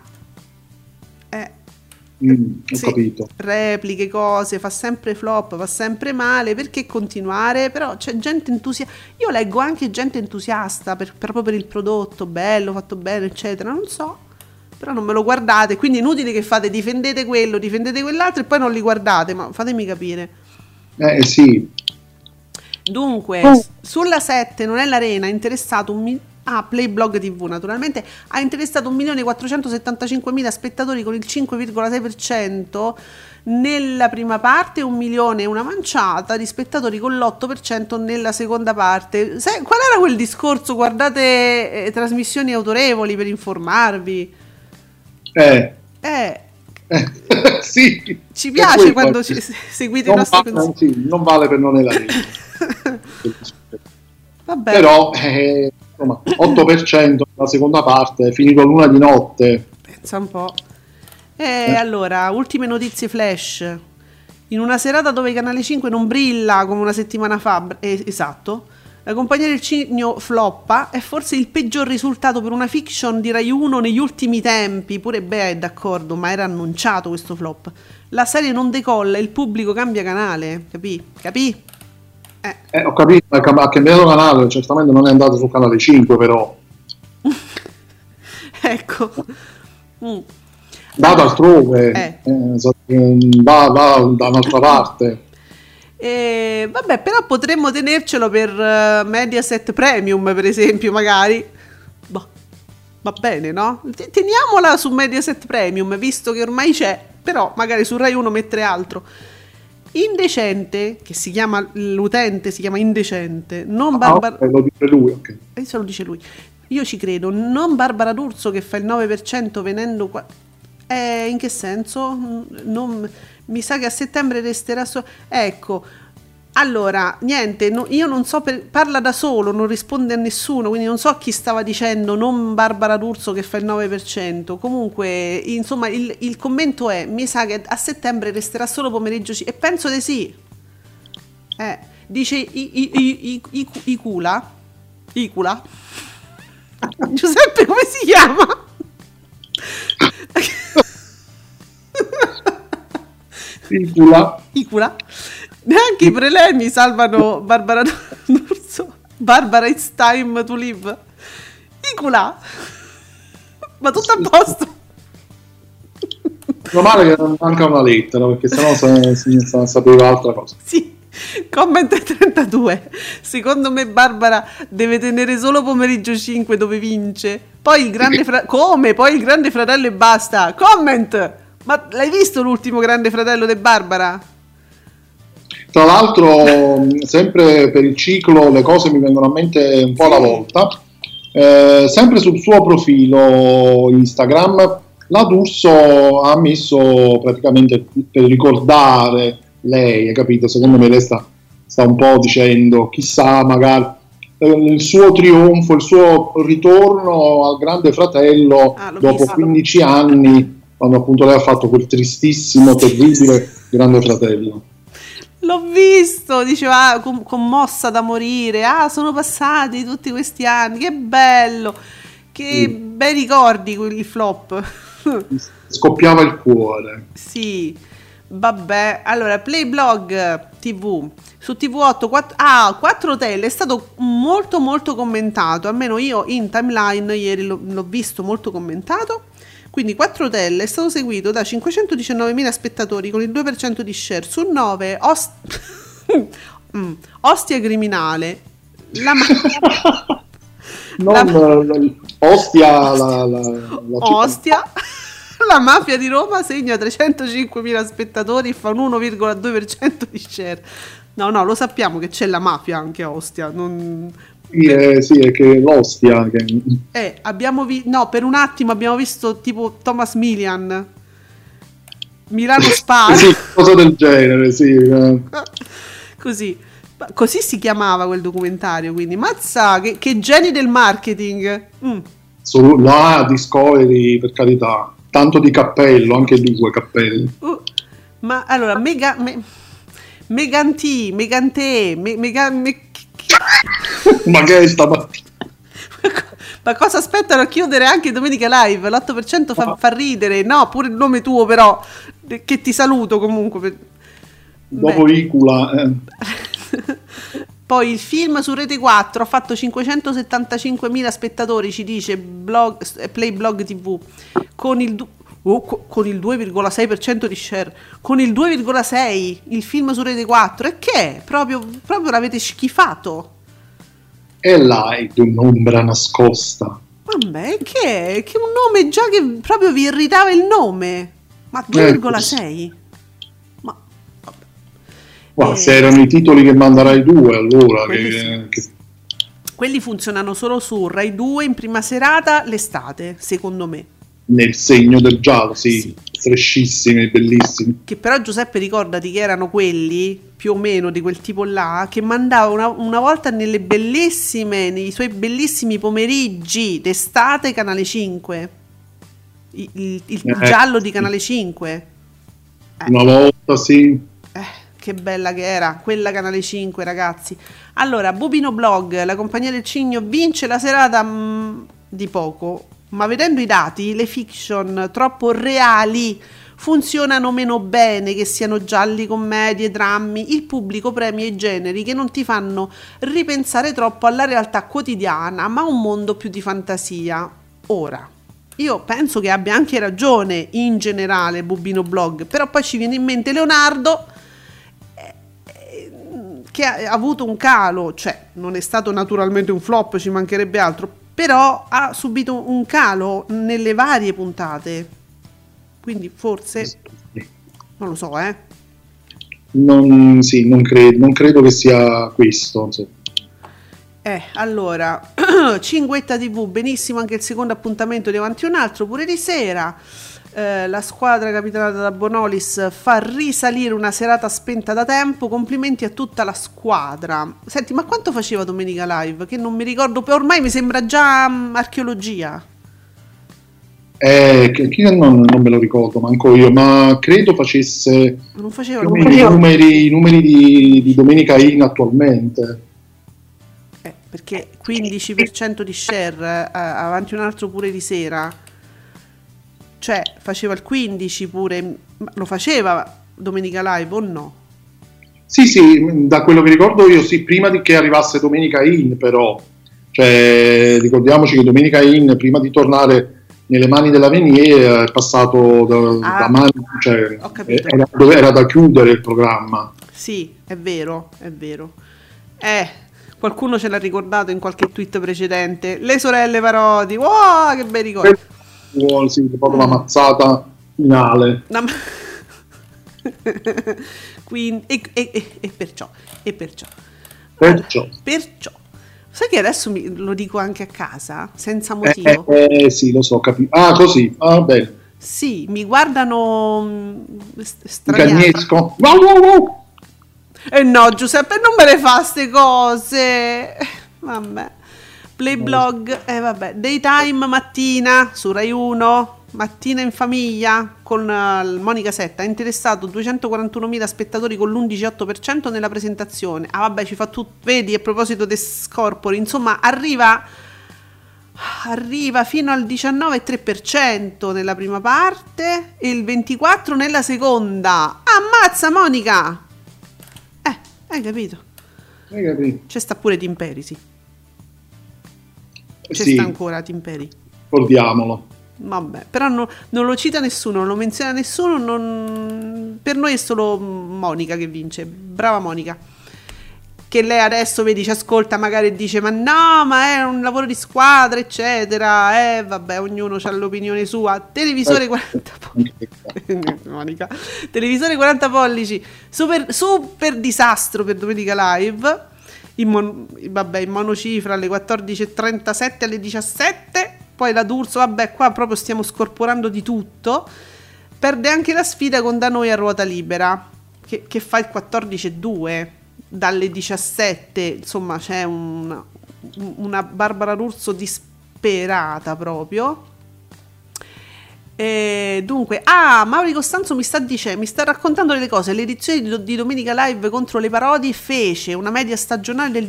Ho capito. Repliche, cose, fa sempre flop, fa sempre male, perché continuare? Però c'è gente entusiasta, io leggo anche gente entusiasta proprio per il prodotto, bello, fatto bene, eccetera, non so, però non me lo guardate, quindi è inutile che fate, difendete quello, difendete quell'altro e poi non li guardate, ma fatemi capire. Sì. Dunque, sulla 7 non è l'Arena, è interessato Playblog TV naturalmente, ha interessato 1.475.000 spettatori con il 5,6% nella prima parte, 1 milione e una manciata di spettatori con l'8% nella seconda parte. Qual era quel discorso? Guardate trasmissioni autorevoli per informarvi. Sì, ci piace quando seguite i nostri consigli. Sì, non vale per non Arena. Vabbè. Però insomma, 8% la seconda parte, finito l'una di notte. Pensa un po'. Allora, ultime notizie flash. In una serata dove Canale 5 non brilla come una settimana fa, esatto, la Compagnia del Cigno floppa, è forse il peggior risultato per una fiction di Rai 1 negli ultimi tempi. Pure Bea è d'accordo, ma era annunciato questo flop. La serie non decolla, il pubblico cambia canale, capì? Ho capito, ha cambiato canale, certamente non è andato su Canale 5, però ecco, va altrove, va da un'altra parte. Vabbè, però potremmo tenercelo per Mediaset Premium, per esempio, magari. Va bene, no? Teniamola su Mediaset Premium, visto che ormai c'è, però magari su Rai 1 mettere altro. Indecente, che l'utente si chiama Indecente, non Barbara. Lo dice lui, ok. Adesso lo dice lui. Io ci credo, non Barbara D'Urso che fa il 9% venendo qua. In che senso? Mi sa che a settembre resterà ecco. Allora, niente, io non so, parla da solo, non risponde a nessuno, quindi non so chi stava dicendo non Barbara D'Urso che fa il 9%. Comunque, insomma, il commento è, mi sa che a settembre resterà solo pomeriggio e penso di sì. Dice Icula. Giuseppe, come si chiama? Icula. Neanche i prelemi salvano Barbara D'Urso. Barbara, it's time to live. Icula. Ma tutto a posto. Meno male che non manca una lettera, perché sennò si sapeva altra cosa. Sì. Comment 32. Secondo me Barbara deve tenere solo pomeriggio 5 dove vince. Poi il grande come? Poi il Grande Fratello e basta. Comment. Ma l'hai visto l'ultimo Grande Fratello di Barbara? Tra l'altro, sempre per il ciclo, le cose mi vengono a mente un po' alla volta. Sempre sul suo profilo Instagram, la D'Urso ha messo praticamente per ricordare lei, hai capito? Secondo me lei sta un po' dicendo, chissà, magari il suo trionfo, il suo ritorno al Grande Fratello dopo 15 anni, quando appunto lei ha fatto quel tristissimo, terribile Grande Fratello. L'ho visto, diceva commossa da morire. Sono passati tutti questi anni, che bello, che bei ricordi quelli flop. Scoppiava il cuore. Sì, vabbè. Allora, Playblog TV su TV8 4 hotel è stato molto molto commentato, almeno io in timeline ieri l'ho visto molto commentato. Quindi 4 hotel è stato seguito da 519.000 spettatori con il 2% di share su 9. Ostia Criminale, Ostia, la mafia di Roma segna 305.000 spettatori e fa un 1,2% di share. No, lo sappiamo che c'è la mafia anche a Ostia. Sì, è che l'Ostia. Per un attimo abbiamo visto tipo Thomas Milian, Milano Spara. Sì, cosa del genere, sì. Così si chiamava quel documentario, quindi mazza, che geni del marketing. La Discovery, per carità, tanto di cappello, anche 2 cappelli. Ma allora, Megante, ma che è stamattina? Ma cosa aspettano a chiudere anche Domenica Live? L'8% fa ridere. No, pure il nome tuo però, che ti saluto comunque. Dopo Icula. Poi il film su Rete 4 ha fatto 575.000 spettatori, ci dice Playblog TV, con il 2,6% di share. Con il 2,6% il film su Rete 4. E che è? Proprio l'avete schifato. E là è un'ombra nascosta. Vabbè, che è? Che un nome già che proprio vi irritava il nome. Ma 2,6%? Ma vabbè. Se erano i titoli che manda Rai 2, allora quelli funzionano solo su Rai 2 in prima serata l'estate, secondo me. Nel segno del giallo, sì. Frescissimi, bellissimi. Che però Giuseppe, ricordati che erano quelli più o meno di quel tipo là che mandava una volta nei suoi bellissimi pomeriggi d'estate Canale 5, il giallo di Canale 5. Una volta, sì. Che bella che era quella Canale 5, ragazzi. Allora, Bubino Blog, la compagnia del Cigno vince la serata di poco, ma vedendo i dati, le fiction troppo reali funzionano meno bene, che siano gialli, commedie, drammi. Il pubblico premia i generi che non ti fanno ripensare troppo alla realtà quotidiana, ma un mondo più di fantasia. Ora, io penso che abbia anche ragione in generale Bubino Blog, però poi ci viene in mente Leonardo, che ha avuto un calo, cioè non è stato naturalmente un flop, ci mancherebbe altro, però ha subito un calo nelle varie puntate, quindi forse non lo so, non credo che sia questo, insomma. Allora Cinguetta TV, benissimo anche il secondo appuntamento di Avanti un altro, pure di sera. La squadra capitanata da Bonolis fa risalire una serata spenta da tempo, complimenti a tutta la squadra. Senti, ma quanto faceva Domenica Live? Che non mi ricordo, ormai mi sembra già archeologia. Non me lo ricordo manco io, ma credo facesse non faceva i numeri di Domenica In attualmente. Perché 15% di share, Avanti un altro pure di sera. Cioè, faceva il 15 pure, lo faceva Domenica Live o no? Sì, da quello che ricordo io, sì, prima di che arrivasse Domenica In, però. Cioè, ricordiamoci che Domenica In, prima di tornare nelle mani dell'Avenier, è passato da mani, cioè, era da chiudere il programma. Sì, è vero. Qualcuno ce l'ha ricordato in qualche tweet precedente. Le sorelle Parodi, wow, che bei ricordi. Sì, proprio una mazzata finale. Quindi, e perciò. Sai che adesso lo dico anche a casa senza motivo? Sì, lo so, capito. Così, bene. Sì, mi guardano straniati. Cagnesco. No, Giuseppe, non me le fa ste cose. Vabbè. Playblog, vabbè, Daytime mattina su Rai 1, Mattina in famiglia con Monica Setta ha interessato 241.000 spettatori con l'11,8% nella presentazione. Ah vabbè, ci fa tutto, vedi, a proposito di scorpori, insomma arriva fino al 19,3% nella prima parte e il 24% nella seconda. Ammazza Monica! Hai capito? C'è sta pure Timperi, sì. C'è sta ancora Timperi. Ricordiamolo. Vabbè, però non lo cita nessuno, non lo menziona nessuno, per noi è solo Monica che vince. Brava Monica. Che lei adesso, vedi, ci ascolta magari e dice ma no, ma è un lavoro di squadra, eccetera. Vabbè, ognuno ha l'opinione sua. Televisore 40 pollici. Monica. Televisore 40 pollici. Super disastro per Domenica Live. In monocifra alle 14.37 alle 17. Poi la D'Urso, vabbè, qua proprio stiamo scorporando di tutto. Perde anche la sfida con Da Noi a ruota libera, che fa il 14.2 dalle 17. Insomma, c'è una Barbara D'Urso disperata proprio. E dunque, Mauri Costanzo mi sta raccontando delle cose. L'edizione di Domenica Live contro le parodie fece una media stagionale del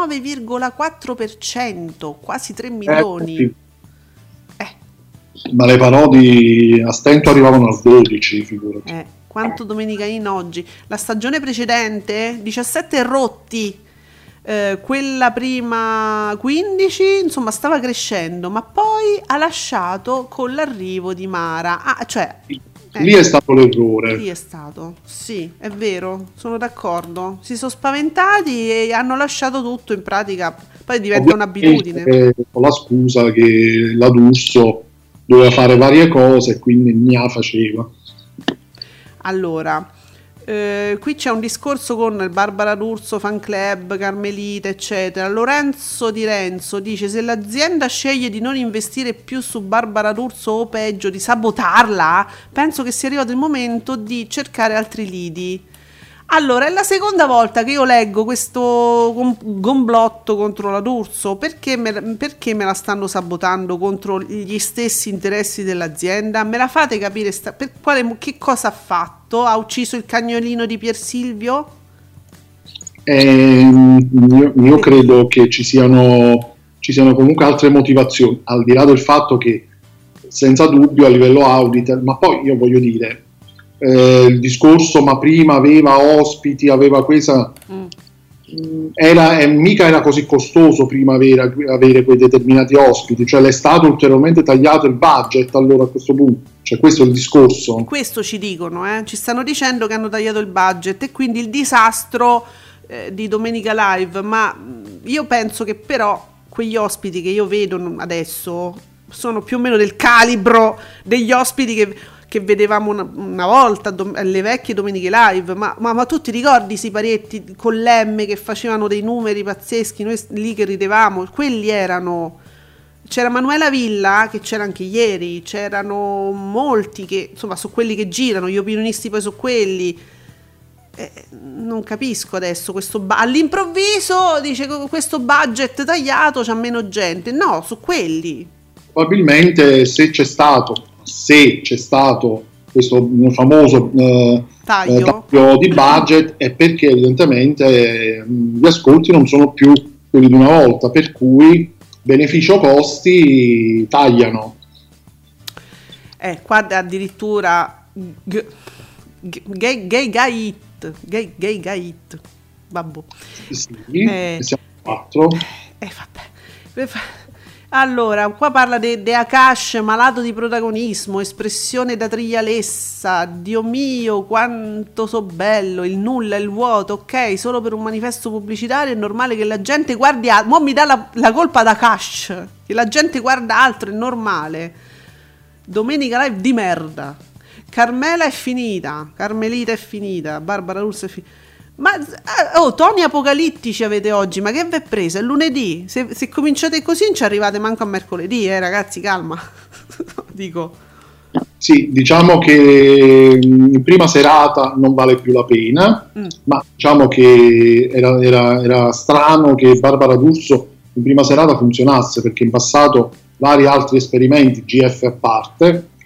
19,4%, quasi 3 milioni. Ma le parodie a stento arrivavano al 12, figurati. Quanto Domenica In oggi? La stagione precedente 17 rotti, quella prima 15, insomma stava crescendo, ma poi ha lasciato con l'arrivo di Mara. Lì è stato l'errore. Lì è stato, sì, è vero, sono d'accordo. Si sono spaventati e hanno lasciato tutto, in pratica poi diventa un'abitudine. Con la scusa che la D'Urso doveva fare varie cose e quindi ne faceva. Allora, qui c'è un discorso con il Barbara D'Urso fan club, Carmelita eccetera. Lorenzo Di Renzo dice: se l'azienda sceglie di non investire più su Barbara D'Urso o peggio di sabotarla, penso che sia arrivato il momento di cercare altri lidi. Allora, è la seconda volta che io leggo questo gomblotto contro la D'Urso. Perché me la stanno sabotando contro gli stessi interessi dell'azienda? Me la fate capire che cosa ha fatto? Ha ucciso il cagnolino di Pier Silvio? Io credo che ci siano comunque altre motivazioni, al di là del fatto che senza dubbio a livello audit, ma poi io voglio dire, il discorso ma prima aveva ospiti, aveva questa mica era così costoso prima avere quei determinati ospiti, cioè le è stato ulteriormente tagliato il budget. Allora a questo punto, cioè questo è il discorso, questo ci dicono, ci stanno dicendo che hanno tagliato il budget e quindi il disastro di Domenica Live. Ma io penso che però quegli ospiti che io vedo adesso sono più o meno del calibro degli ospiti che vedevamo una volta alle vecchie Domeniche Live, ma tu ti ricordi Siparietti con l'M che facevano dei numeri pazzeschi, noi lì che ridevamo, quelli erano, c'era Manuela Villa che c'era anche ieri, c'erano molti che insomma su quelli che girano, gli opinionisti poi su quelli, non capisco adesso all'improvviso dice questo budget tagliato c'ha meno gente, no, su quelli probabilmente se c'è stato questo famoso taglio di budget è perché evidentemente gli ascolti non sono più quelli di una volta, per cui beneficio costi tagliano. Qua addirittura gay it babbo. Sì, siamo 4. Vabbè. Allora, qua parla di Akash, malato di protagonismo, espressione da triglialessa, Dio mio, quanto so bello, il nulla, il vuoto, ok, solo per un manifesto pubblicitario è normale che la gente guardi altro, mo mi dà la colpa da Akash, che la gente guarda altro, è normale. Domenica Live di merda, Carmelita è finita, Barbara D'Urso è finita. Ma toni apocalittici avete oggi, ma che vi è presa? È lunedì, se cominciate così non ci arrivate manco a mercoledì, ragazzi, calma. Dico. Sì, diciamo che in prima serata non vale più la pena, ma diciamo che era strano che Barbara D'Urso in prima serata funzionasse, perché in passato vari altri esperimenti, GF a parte,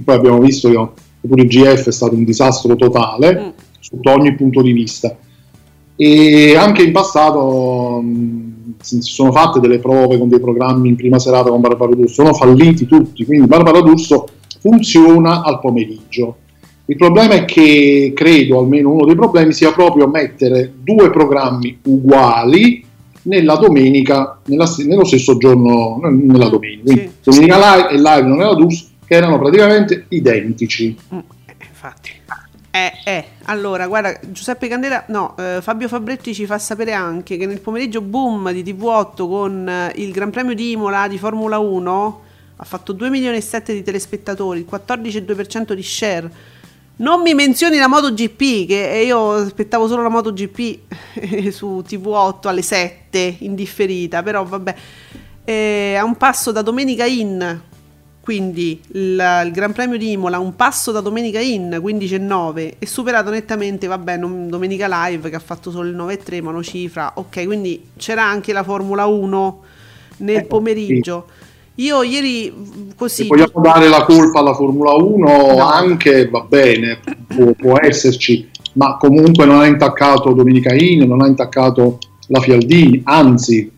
poi abbiamo visto che pure il GF è stato un disastro totale sotto ogni punto di vista. E anche in passato si sono fatte delle prove con dei programmi in prima serata con Barbara D'Urso, sono falliti tutti, quindi Barbara D'Urso funziona al pomeriggio. Il problema è che, credo, almeno uno dei problemi sia proprio mettere due programmi uguali nella domenica, nello stesso giorno, nella domenica. Quindi Domenica Live e Live non era D'Urso, che erano praticamente identici. Infatti. Allora, guarda, Giuseppe Candela, Fabio Fabretti ci fa sapere anche che nel pomeriggio boom di TV8 con il Gran Premio di Imola di Formula 1 ha fatto 2,7 milioni di telespettatori, il 14,2% di share. Non mi menzioni la MotoGP, che io aspettavo solo la MotoGP su TV8 alle 7 in differita, però vabbè, a un passo da Domenica In. Quindi il Gran Premio di Imola, un passo da Domenica In, 15,9, e superato nettamente, Domenica Live che ha fatto solo il 9,3, monocifra, ok, quindi c'era anche la Formula 1 nel pomeriggio. Io ieri così... Se vogliamo dare la colpa alla Formula 1, anche va bene, può esserci, ma comunque non ha intaccato Domenica In, non ha intaccato la Fialdini, anzi...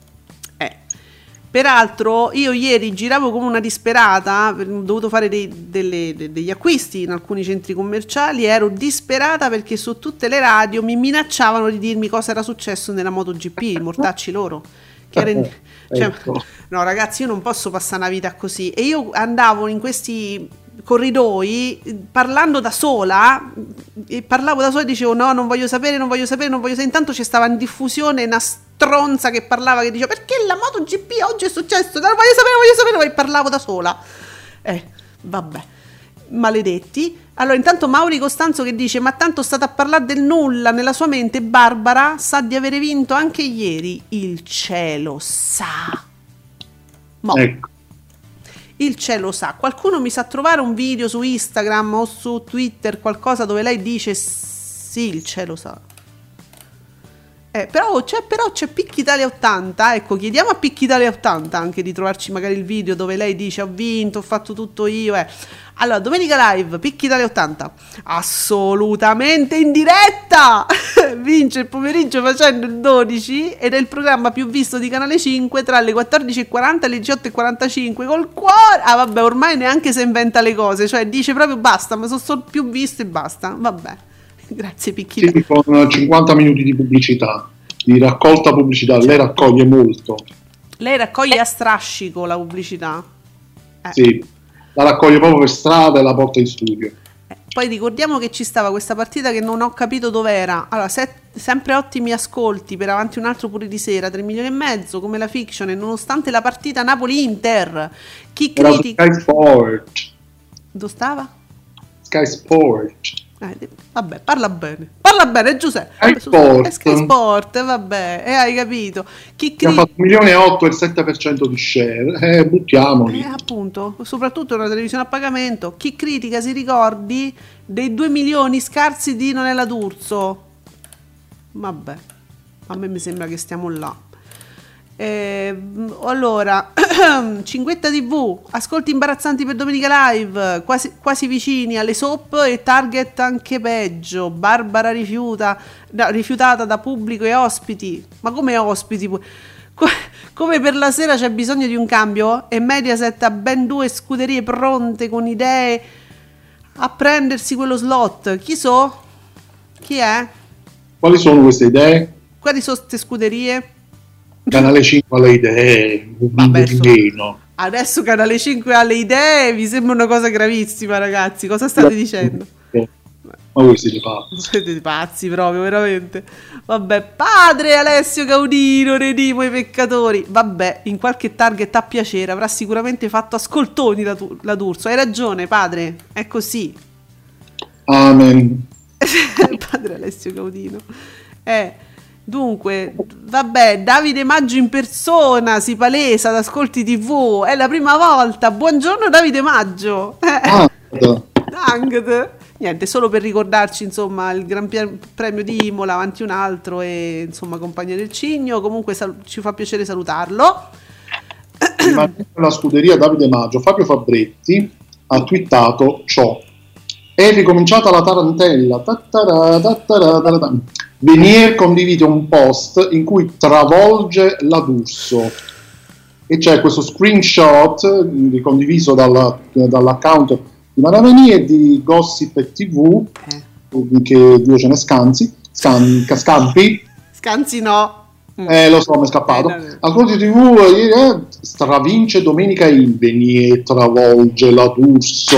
Peraltro io ieri giravo come una disperata, ho dovuto fare degli acquisti in alcuni centri commerciali, ero disperata perché su tutte le radio mi minacciavano di dirmi cosa era successo nella MotoGP, mortacci loro. No ragazzi, io non posso passare una vita così, e io andavo in questi corridoi parlando da sola, e dicevo no, non voglio sapere, intanto c'è stava in diffusione una stronza che parlava, che diceva perché la MotoGP oggi è successo, non voglio sapere, e parlavo da sola. Vabbè, maledetti. Allora intanto Mauri Costanzo che dice ma tanto state a parlare del nulla, nella sua mente Barbara sa di avere vinto anche ieri, il cielo sa. Ecco. Il cielo sa. Qualcuno mi sa trovare un video su Instagram o su Twitter, qualcosa dove lei dice sì, il cielo sa. Però c'è Picchi Italia 80, ecco, chiediamo a Picchi Italia 80 anche di trovarci magari il video dove lei dice ho vinto, ho fatto tutto io. Allora, Domenica Live, Picchi Italia 80, assolutamente in diretta, vince il pomeriggio facendo il 12 ed è il programma più visto di Canale 5 tra le 14.40 e le 18.45 col cuore. Vabbè, ormai neanche se inventa le cose, cioè dice proprio basta, ma sono più visto e basta, vabbè. Grazie Picchino. Sì, con 50 minuti di pubblicità, di raccolta pubblicità, lei raccoglie molto. Lei raccoglie a strascico la pubblicità? Sì, la raccoglie proprio per strada e la porta in studio. Poi ricordiamo che ci stava questa partita che non ho capito dov'era. Allora, sempre ottimi ascolti per Avanti un altro pure di sera, 3,5 milioni come la fiction, e nonostante la partita Napoli-Inter, chi critica... Sky Sport. Dove stava? Sky Sport. Vabbè, parla bene Giuseppe. Sky Sport, vabbè, hai capito. Ha fatto 1,8 milioni e il 7% di share, buttiamoli. Appunto, soprattutto una televisione a pagamento. Chi critica si ricordi dei 2 milioni scarsi di Nonella D'Urso. Vabbè, a me mi sembra che stiamo là. Allora Cinguetta TV, ascolti imbarazzanti per Domenica Live, quasi vicini alle soap e target anche peggio. Barbara rifiutata da pubblico e ospiti. Ma come ospiti? Come per la sera c'è bisogno di un cambio e Mediaset ha ben 2 scuderie pronte con idee a prendersi quello slot. Chi è? Quali sono queste idee? Quali sono queste scuderie? Canale 5 alle idee, adesso Canale 5 alle idee, mi sembra una cosa gravissima, ragazzi. Cosa state dicendo? Ma voi siete pazzi. Siete pazzi proprio, veramente. Vabbè, padre Alessio Gaudino, redimo i peccatori. Vabbè, in qualche target a piacere avrà sicuramente fatto ascoltoni la D'Urso. Hai ragione, padre, è così. Amen. Padre Alessio Gaudino. Dunque, vabbè, Davide Maggio in persona si palesa ad Ascolti TV, è la prima volta. Buongiorno Davide Maggio. Niente, solo per ricordarci insomma il Gran Premio di Imola, Avanti un altro e insomma Compagnia del Cigno. Comunque ci fa piacere salutarlo. La scuderia Davide Maggio, Fabio Fabretti ha twittato ciò: è ricominciata la tarantella. Venier condivide un post in cui travolge la D'Urso e c'è questo screenshot condiviso dall'account di Maraveni e di Gossip TV, che Dio ce ne Scampi. Scanzi no. Lo so, mi è scappato. Al Conti TV stravince Domenica in Venier travolge la D'Urso.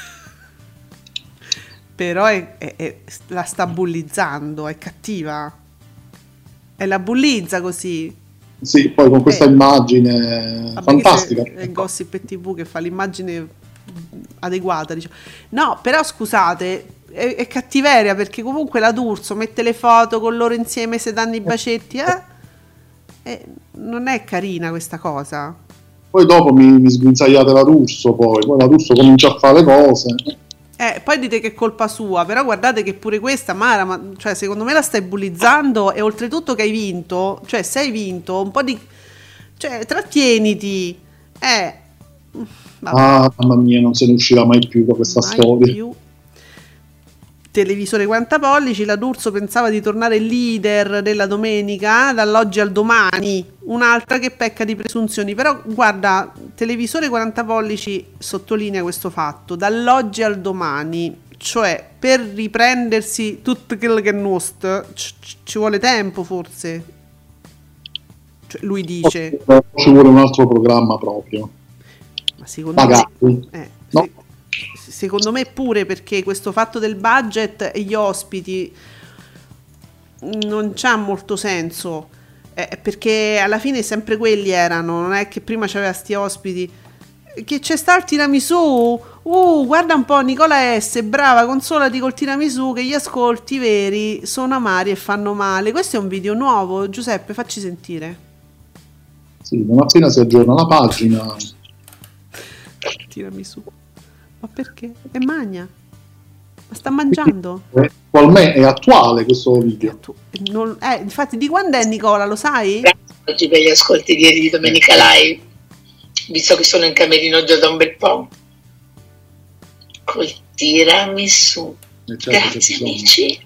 Però la sta bullizzando, è cattiva. E la bullizza così. Sì, poi con questa immagine fantastica. È Gossip TV che fa l'immagine adeguata, diciamo. No, però scusate, è cattiveria, perché comunque la D'Urso mette le foto con loro insieme, se danno i bacetti, non è carina questa cosa. Poi dopo mi sguinzagliate la D'Urso, poi la D'Urso comincia a fare le cose. Poi dite che è colpa sua, però guardate che pure questa Mara, cioè secondo me la stai bullizzando, e oltretutto che hai vinto, cioè se hai vinto un po' di, cioè trattieniti, mamma mia, non se ne uscirà mai più da questa storia. Più. Televisore 40 pollici, la D'Urso pensava di tornare leader della domenica, dall'oggi al domani, un'altra che pecca di presunzioni. Però guarda, televisore 40 pollici sottolinea questo fatto, dall'oggi al domani, cioè per riprendersi tutto quello che è nostro ci vuole tempo, forse, cioè, lui dice ci vuole un altro programma proprio, ma secondo me no. Secondo me pure, perché questo fatto del budget e gli ospiti non c'ha molto senso, perché alla fine sempre quelli erano, non è che prima c'aveva sti ospiti, che c'è sta il tiramisù, guarda un po' Nicola S, brava, consolati col tiramisù che gli ascolti veri sono amari e fanno male. Questo è un video nuovo, Giuseppe, facci sentire. Sì, non appena si aggiorna la pagina. Tiramisù. Ma perché? È magna. Ma sta mangiando? Attualmente è attuale questo video. Infatti, di quando è, Nicola, lo sai? Oggi per gli ascolti di Domenica Live, visto che sono in camerino già da un bel po'. Col tiramisù. Grazie amici.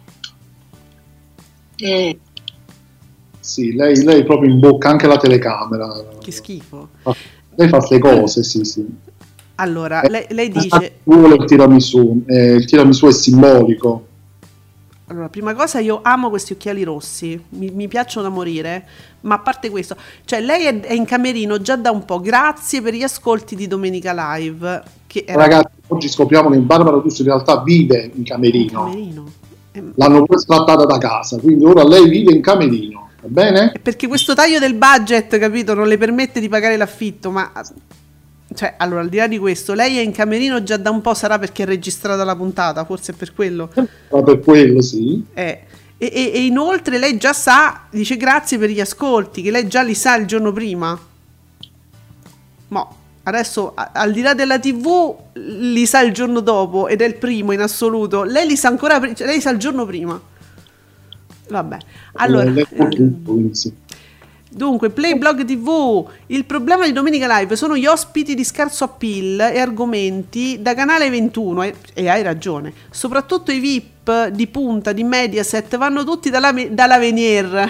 Sì, lei proprio in bocca anche la telecamera. Che schifo. Lei fa queste cose, sì. Allora, lei dice il tiramisù è simbolico. Allora, prima cosa, io amo questi occhiali rossi, mi piacciono da morire, ma a parte questo, cioè lei è in camerino già da un po', grazie per gli ascolti di Domenica Live. Ragazzi, oggi scopriamo che Barbara D'Urso in realtà vive in camerino. L'hanno poi scattata da casa, quindi ora lei vive in camerino, va bene? Perché questo taglio del budget, capito, non le permette di pagare l'affitto, ma... Cioè, allora, al di là di questo, lei è in camerino già da un po', sarà perché è registrata la puntata, forse è per quello. Per quello, sì. E inoltre lei già sa, dice grazie per gli ascolti, che lei già li sa il giorno prima. Adesso, al di là della TV, li sa il giorno dopo, ed è il primo in assoluto. Lei li sa ancora, cioè, lei sa il giorno prima. Vabbè, allora... Dunque, Playblog TV, il problema di Domenica Live sono gli ospiti di scarso appeal e argomenti da Canale 21, e hai ragione, soprattutto i VIP di punta di Mediaset vanno tutti dalla Venier.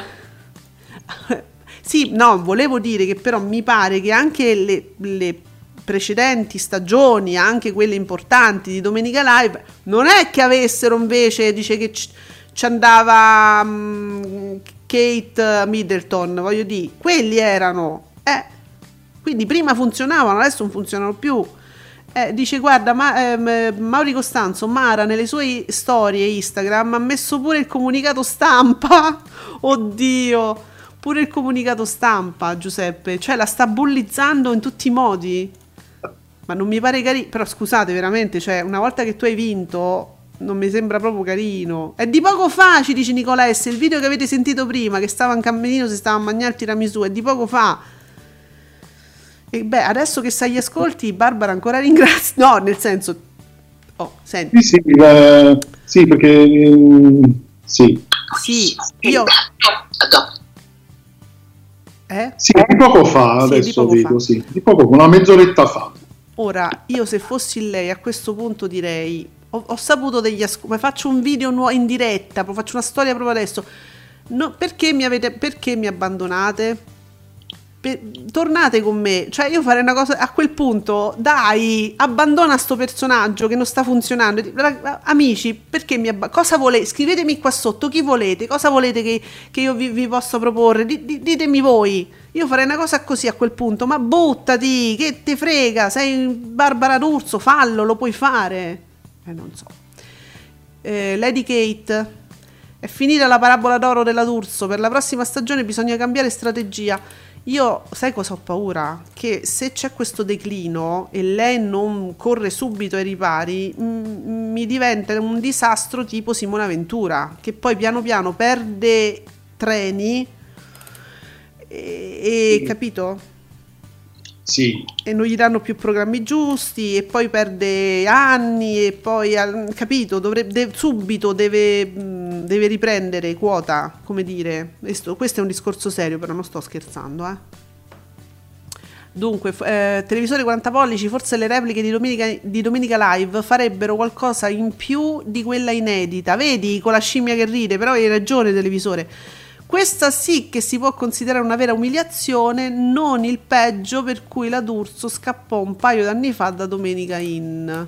Sì, no, volevo dire che però mi pare che anche le precedenti stagioni, anche quelle importanti di Domenica Live, non è che avessero invece, dice che ci andava... Kate Middleton, voglio dire, quelli erano, quindi prima funzionavano, adesso non funzionano più. Dice, guarda, Mauri Costanzo, Mara nelle sue storie Instagram ha messo pure il comunicato stampa. Oddio, pure il comunicato stampa, Giuseppe, cioè la sta bullizzando in tutti i modi. Ma non mi pare carino, però scusate veramente, cioè una volta che tu hai vinto... Non mi sembra proprio carino. È di poco fa, ci dice Nicola S. Il video che avete sentito prima, che stava in camerino, si stava a mangiare il tiramisù, è di poco fa. E beh, adesso che sai gli ascolti, Barbara ancora ringrazia. No, nel senso... senti. Sì, perché... Sì, io... Sì, di poco fa, adesso dico, sì. Di poco, una mezz'oretta fa. Ora, io se fossi lei a questo punto direi, ho saputo degli ascolti, faccio un video in diretta, faccio una storia proprio adesso. No, perché mi abbandonate? Tornate con me, cioè io farei una cosa a quel punto, dai, abbandona sto personaggio che non sta funzionando. Amici, perché cosa volete? Scrivetemi qua sotto chi volete, cosa volete che io vi possa proporre, ditemi voi. Io farei una cosa così a quel punto, ma buttati, che te frega, sei Barbara D'Urso, fallo, lo puoi fare. Non so. Lady Kate, è finita la parabola d'oro della D'Urso, per la prossima stagione bisogna cambiare strategia. Io, sai cosa ho paura? Che se c'è questo declino e lei non corre subito ai ripari, mi diventa un disastro tipo Simona Ventura, che poi piano piano perde treni e capito? Sì. E non gli danno più programmi giusti e poi perde anni e poi, capito, subito deve riprendere quota, come dire. Questo è un discorso serio, però non sto scherzando, Dunque, televisore 40 pollici, forse le repliche di Domenica Live farebbero qualcosa in più di quella inedita. Vedi, con la scimmia che ride, però hai ragione televisore. Questa sì che si può considerare una vera umiliazione, non il peggio per cui la D'Urso scappò un paio d'anni fa da Domenica In.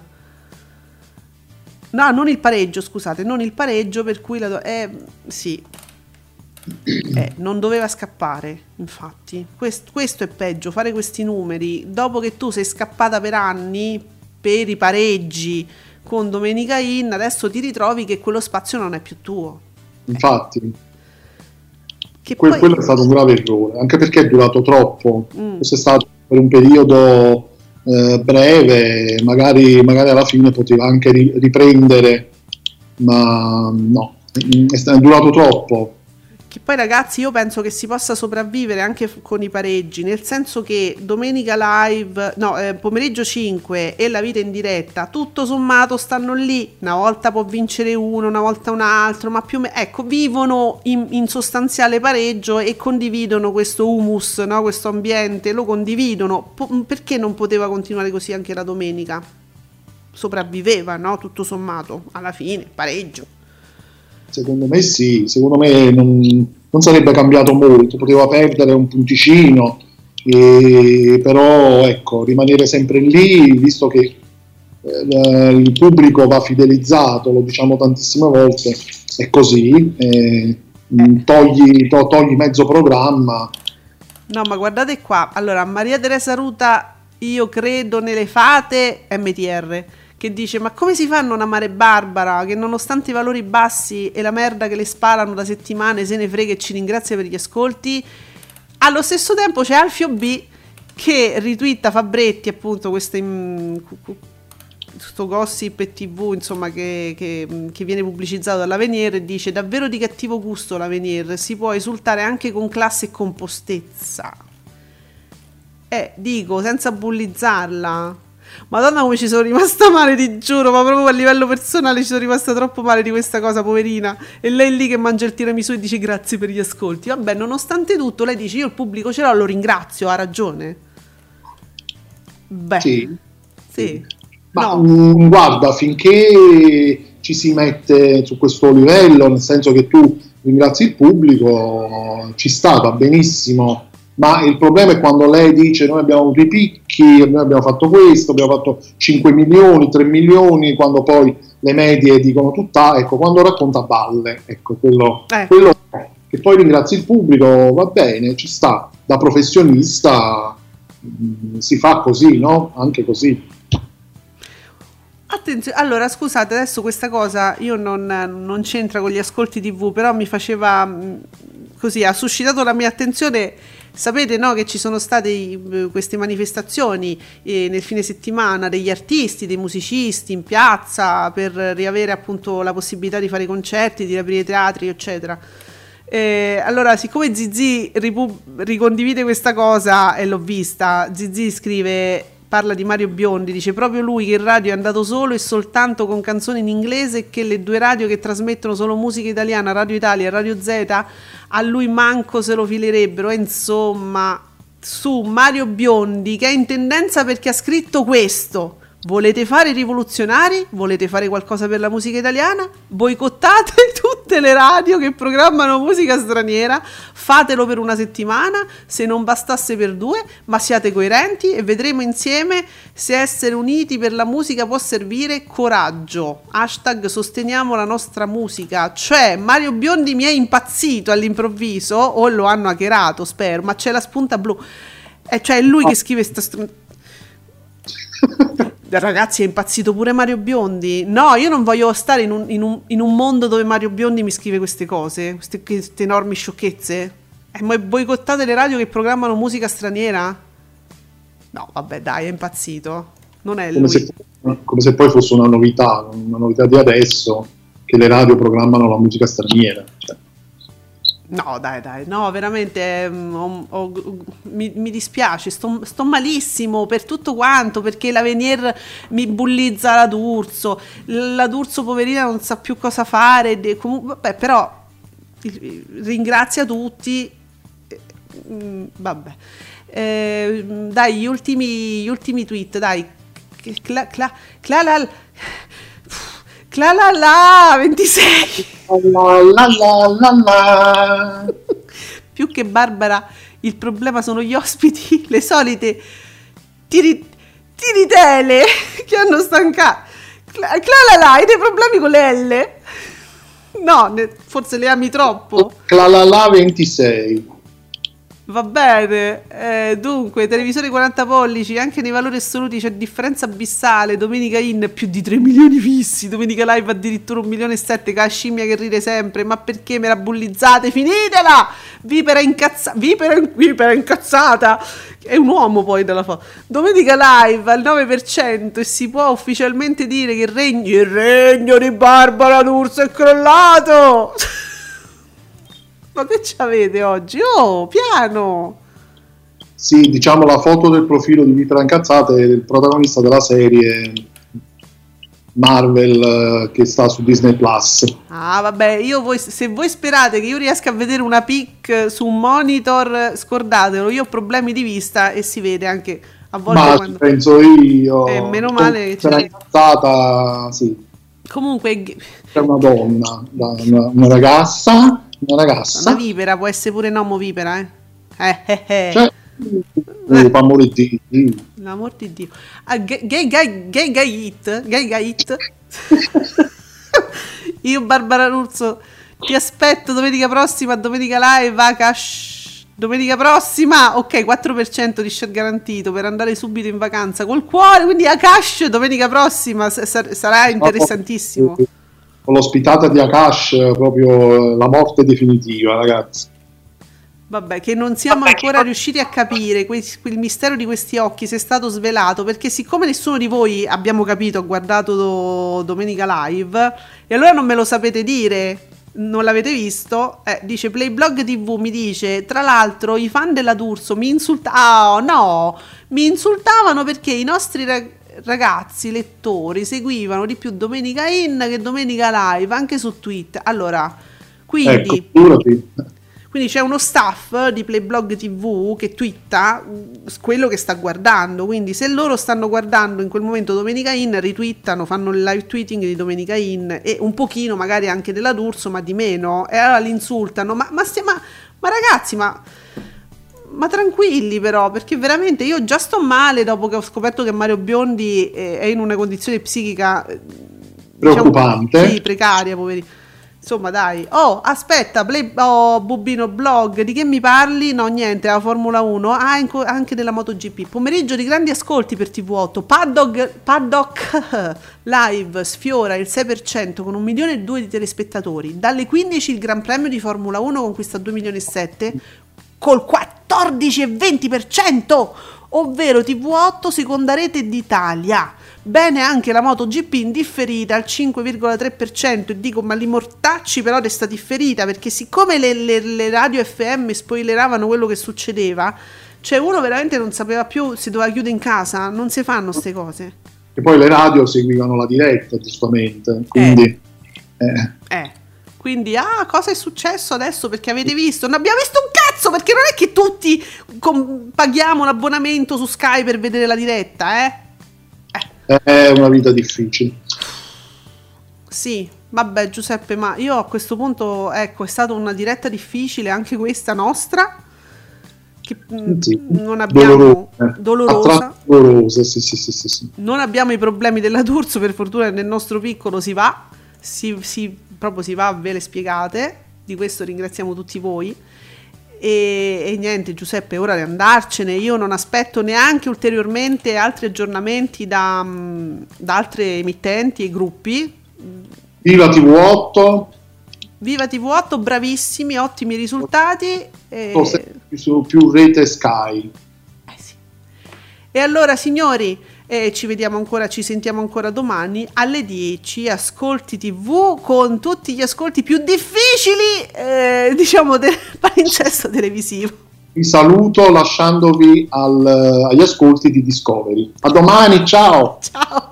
No, non il pareggio, scusate, non il pareggio per cui sì. Non doveva scappare, infatti. Questo è peggio, fare questi numeri dopo che tu sei scappata per anni per i pareggi con Domenica In, adesso ti ritrovi che quello spazio non è più tuo. Infatti. Quello è stato un grave errore, anche perché è durato troppo. Questo è stato per un periodo breve, magari alla fine poteva anche riprendere, ma no, è durato troppo. Che poi, ragazzi, io penso che si possa sopravvivere anche con i pareggi, nel senso che Domenica Live, Pomeriggio 5 e La Vita in Diretta, tutto sommato stanno lì, una volta può vincere uno, una volta un altro, ma più o meno, ecco, vivono in sostanziale pareggio e condividono questo humus, no? Questo ambiente, lo condividono. Perché non poteva continuare così anche la domenica? Sopravviveva, no? Tutto sommato, alla fine, pareggio. Secondo me sì, secondo me non sarebbe cambiato molto, poteva perdere un punticino, però ecco, rimanere sempre lì, visto che il pubblico va fidelizzato, lo diciamo tantissime volte, è così, togli mezzo programma. No, ma guardate qua, allora Maria Teresa Ruta, io credo nelle fate MTR, che dice: ma come si fa a non amare Barbara, che nonostante i valori bassi e la merda che le sparano da settimane se ne frega e ci ringrazia per gli ascolti? Allo stesso tempo c'è Alfio B che ritwitta Fabretti, appunto, questo gossip e TV, insomma, che viene pubblicizzato dall'Avenier, e dice: davvero di cattivo gusto l'Avenier, si può esultare anche con classe e compostezza. Dico, senza bullizzarla. Madonna, come ci sono rimasta male, ti giuro, ma proprio a livello personale ci sono rimasta troppo male di questa cosa, poverina. E lei lì che mangia il tiramisù e dice grazie per gli ascolti. Vabbè, nonostante tutto lei dice: io il pubblico ce l'ho, lo ringrazio, ha ragione. Beh, sì. Ma guarda, finché ci si mette su questo livello, nel senso che tu ringrazi il pubblico, ci sta, va benissimo. Ma il problema è quando lei dice: noi abbiamo avuto i picchi, noi abbiamo fatto questo, abbiamo fatto 5 milioni, 3 milioni, quando poi le medie dicono tutta, ecco, quando racconta balle, ecco, quello che poi ringrazi il pubblico, va bene, ci sta, da professionista si fa così, no? Anche così. Attenzione, allora scusate, adesso questa cosa io non c'entra con gli ascolti TV, però mi faceva così, ha suscitato la mia attenzione. Sapete, no, che ci sono state queste manifestazioni nel fine settimana degli artisti, dei musicisti in piazza per riavere appunto la possibilità di fare concerti, di riaprire teatri, eccetera. Allora, siccome Zizi ricondivide questa cosa e l'ho vista, Zizi scrive, parla di Mario Biondi, dice: proprio lui che in radio è andato solo e soltanto con canzoni in inglese, e che le due radio che trasmettono solo musica italiana, Radio Italia e Radio Z, a lui manco se lo filerebbero. Insomma, su Mario Biondi, che è in tendenza perché ha scritto questo: volete fare i rivoluzionari? Volete fare qualcosa per la musica italiana? Boicottate tutte le radio che programmano musica straniera, fatelo per una settimana, se non bastasse per 2, ma siate coerenti e vedremo insieme se essere uniti per la musica può servire. Coraggio, hashtag sosteniamo la nostra musica. Cioè Mario Biondi mi è impazzito all'improvviso, o lo hanno hackerato, spero, ma c'è la spunta blu, cioè è lui che scrive ragazzi, è impazzito pure Mario Biondi. No, io non voglio stare in un mondo dove Mario Biondi mi scrive queste cose, queste enormi sciocchezze. Ma boicottate le radio che programmano musica straniera? No, vabbè, dai, è impazzito. Non è lui. Come se poi fosse una novità di adesso che le radio programmano la musica straniera. Cioè. No, dai, no, veramente mi dispiace, sto malissimo per tutto quanto, perché la Venier mi bullizza la D'Urso poverina non sa più cosa fare, vabbè, però ringrazia tutti, vabbè, dai, gli ultimi tweet, dai, la 26 più che Barbara il problema sono gli ospiti, le solite tiritele che hanno stancato. Hai dei problemi con le L? No, forse le ami troppo. La 26. Va bene, dunque televisore 40 pollici, anche nei valori assoluti c'è differenza abissale. Domenica In più di 3 milioni fissi, Domenica Live addirittura 1,7 milioni, che la scimmia che ride sempre. Ma perché me la bullizzate? Finitela! Vipera incazzata, è un uomo poi della foto. Domenica Live al 9% e si può ufficialmente dire che il regno di Barbara D'Urso è crollato. Ma che c'avete oggi? Oh, piano! Sì, diciamo la foto del profilo di Vipera Incazzata è il protagonista della serie Marvel che sta su Disney Plus. Ah, vabbè, se voi sperate che io riesca a vedere una pic su un monitor, scordatelo, io ho problemi di vista e si vede anche a volte. Ma quando penso io. Meno male che c'è Incazzata, sì. Comunque c'è una donna, una ragazza. Una vipera, può essere pure un uomo vipera, Cioè, per amore di Dio. L'amor di Dio. Gay it. Io Barbara D'Urso ti aspetto domenica prossima, Domenica Live, Akash. Domenica prossima, ok, 4% di share garantito per andare subito in vacanza col cuore, quindi Akash domenica prossima sarà interessantissimo. Con l'ospitata di Akash, proprio la morte definitiva, ragazzi. Vabbè, che non siamo ancora riusciti a capire quel mistero di questi occhi, se è stato svelato, perché siccome nessuno di voi abbiamo capito, ha guardato Domenica Live, e allora non me lo sapete dire, non l'avete visto, dice Playblog TV, mi dice, tra l'altro i fan della D'Urso mi insultavano perché i nostri ragazzi lettori seguivano di più Domenica In che Domenica Live anche su Twitter. Allora, quindi c'è uno staff di Playblog TV che twitta quello che sta guardando, quindi se loro stanno guardando in quel momento Domenica In, ritwittano, fanno il live tweeting di Domenica In e un pochino magari anche della D'Urso, ma di meno, e allora li insultano. Ma ragazzi, ma tranquilli però, perché veramente io già sto male dopo che ho scoperto che Mario Biondi è in una condizione psichica preoccupante, diciamo, sì, precaria, poverino. Insomma, dai. Oh, aspetta, Bubino Blog, di che mi parli? No, niente, la Formula 1, anche della MotoGP. Pomeriggio di grandi ascolti per TV8. Paddock Live sfiora il 6% con 1,2 milioni di telespettatori. Dalle 15 il Gran Premio di Formula 1 conquista 2,7 milioni col 14,20%, ovvero TV8 seconda rete d'Italia. Bene anche la MotoGP indifferita al 5,3%, e dico, ma li mortacci però resta differita, perché siccome le radio FM spoileravano quello che succedeva, cioè uno veramente non sapeva più, si doveva chiudere in casa, non si fanno ste cose. E poi le radio seguivano la diretta, giustamente, quindi quindi cosa è successo adesso, perché avete visto? Non abbiamo visto un cazzo! cazzo, perché non è che tutti paghiamo l'abbonamento su Sky per vedere la diretta, È una vita difficile. Sì, vabbè Giuseppe, ma io a questo punto, ecco, è stata una diretta difficile anche questa nostra, che non abbiamo dolorosa, sì. Non abbiamo i problemi della D'Urso, per fortuna nel nostro piccolo si va, proprio si va a ve le spiegate, di questo ringraziamo tutti voi. E niente Giuseppe, è ora di andarcene, io non aspetto neanche ulteriormente altri aggiornamenti da altre emittenti e gruppi. Viva TV8, bravissimi, ottimi risultati, più rete Sky. Sì. E allora signori, ci vediamo ancora, ci sentiamo ancora domani alle 10. Ascolti TV con tutti gli ascolti più difficili, diciamo, del palinsesto televisivo. Vi saluto lasciandovi agli ascolti di Discovery. A domani, ciao. Ciao.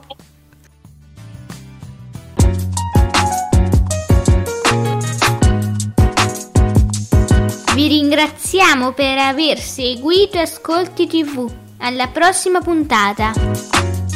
Vi ringraziamo per aver seguito Ascolti TV. Alla prossima puntata.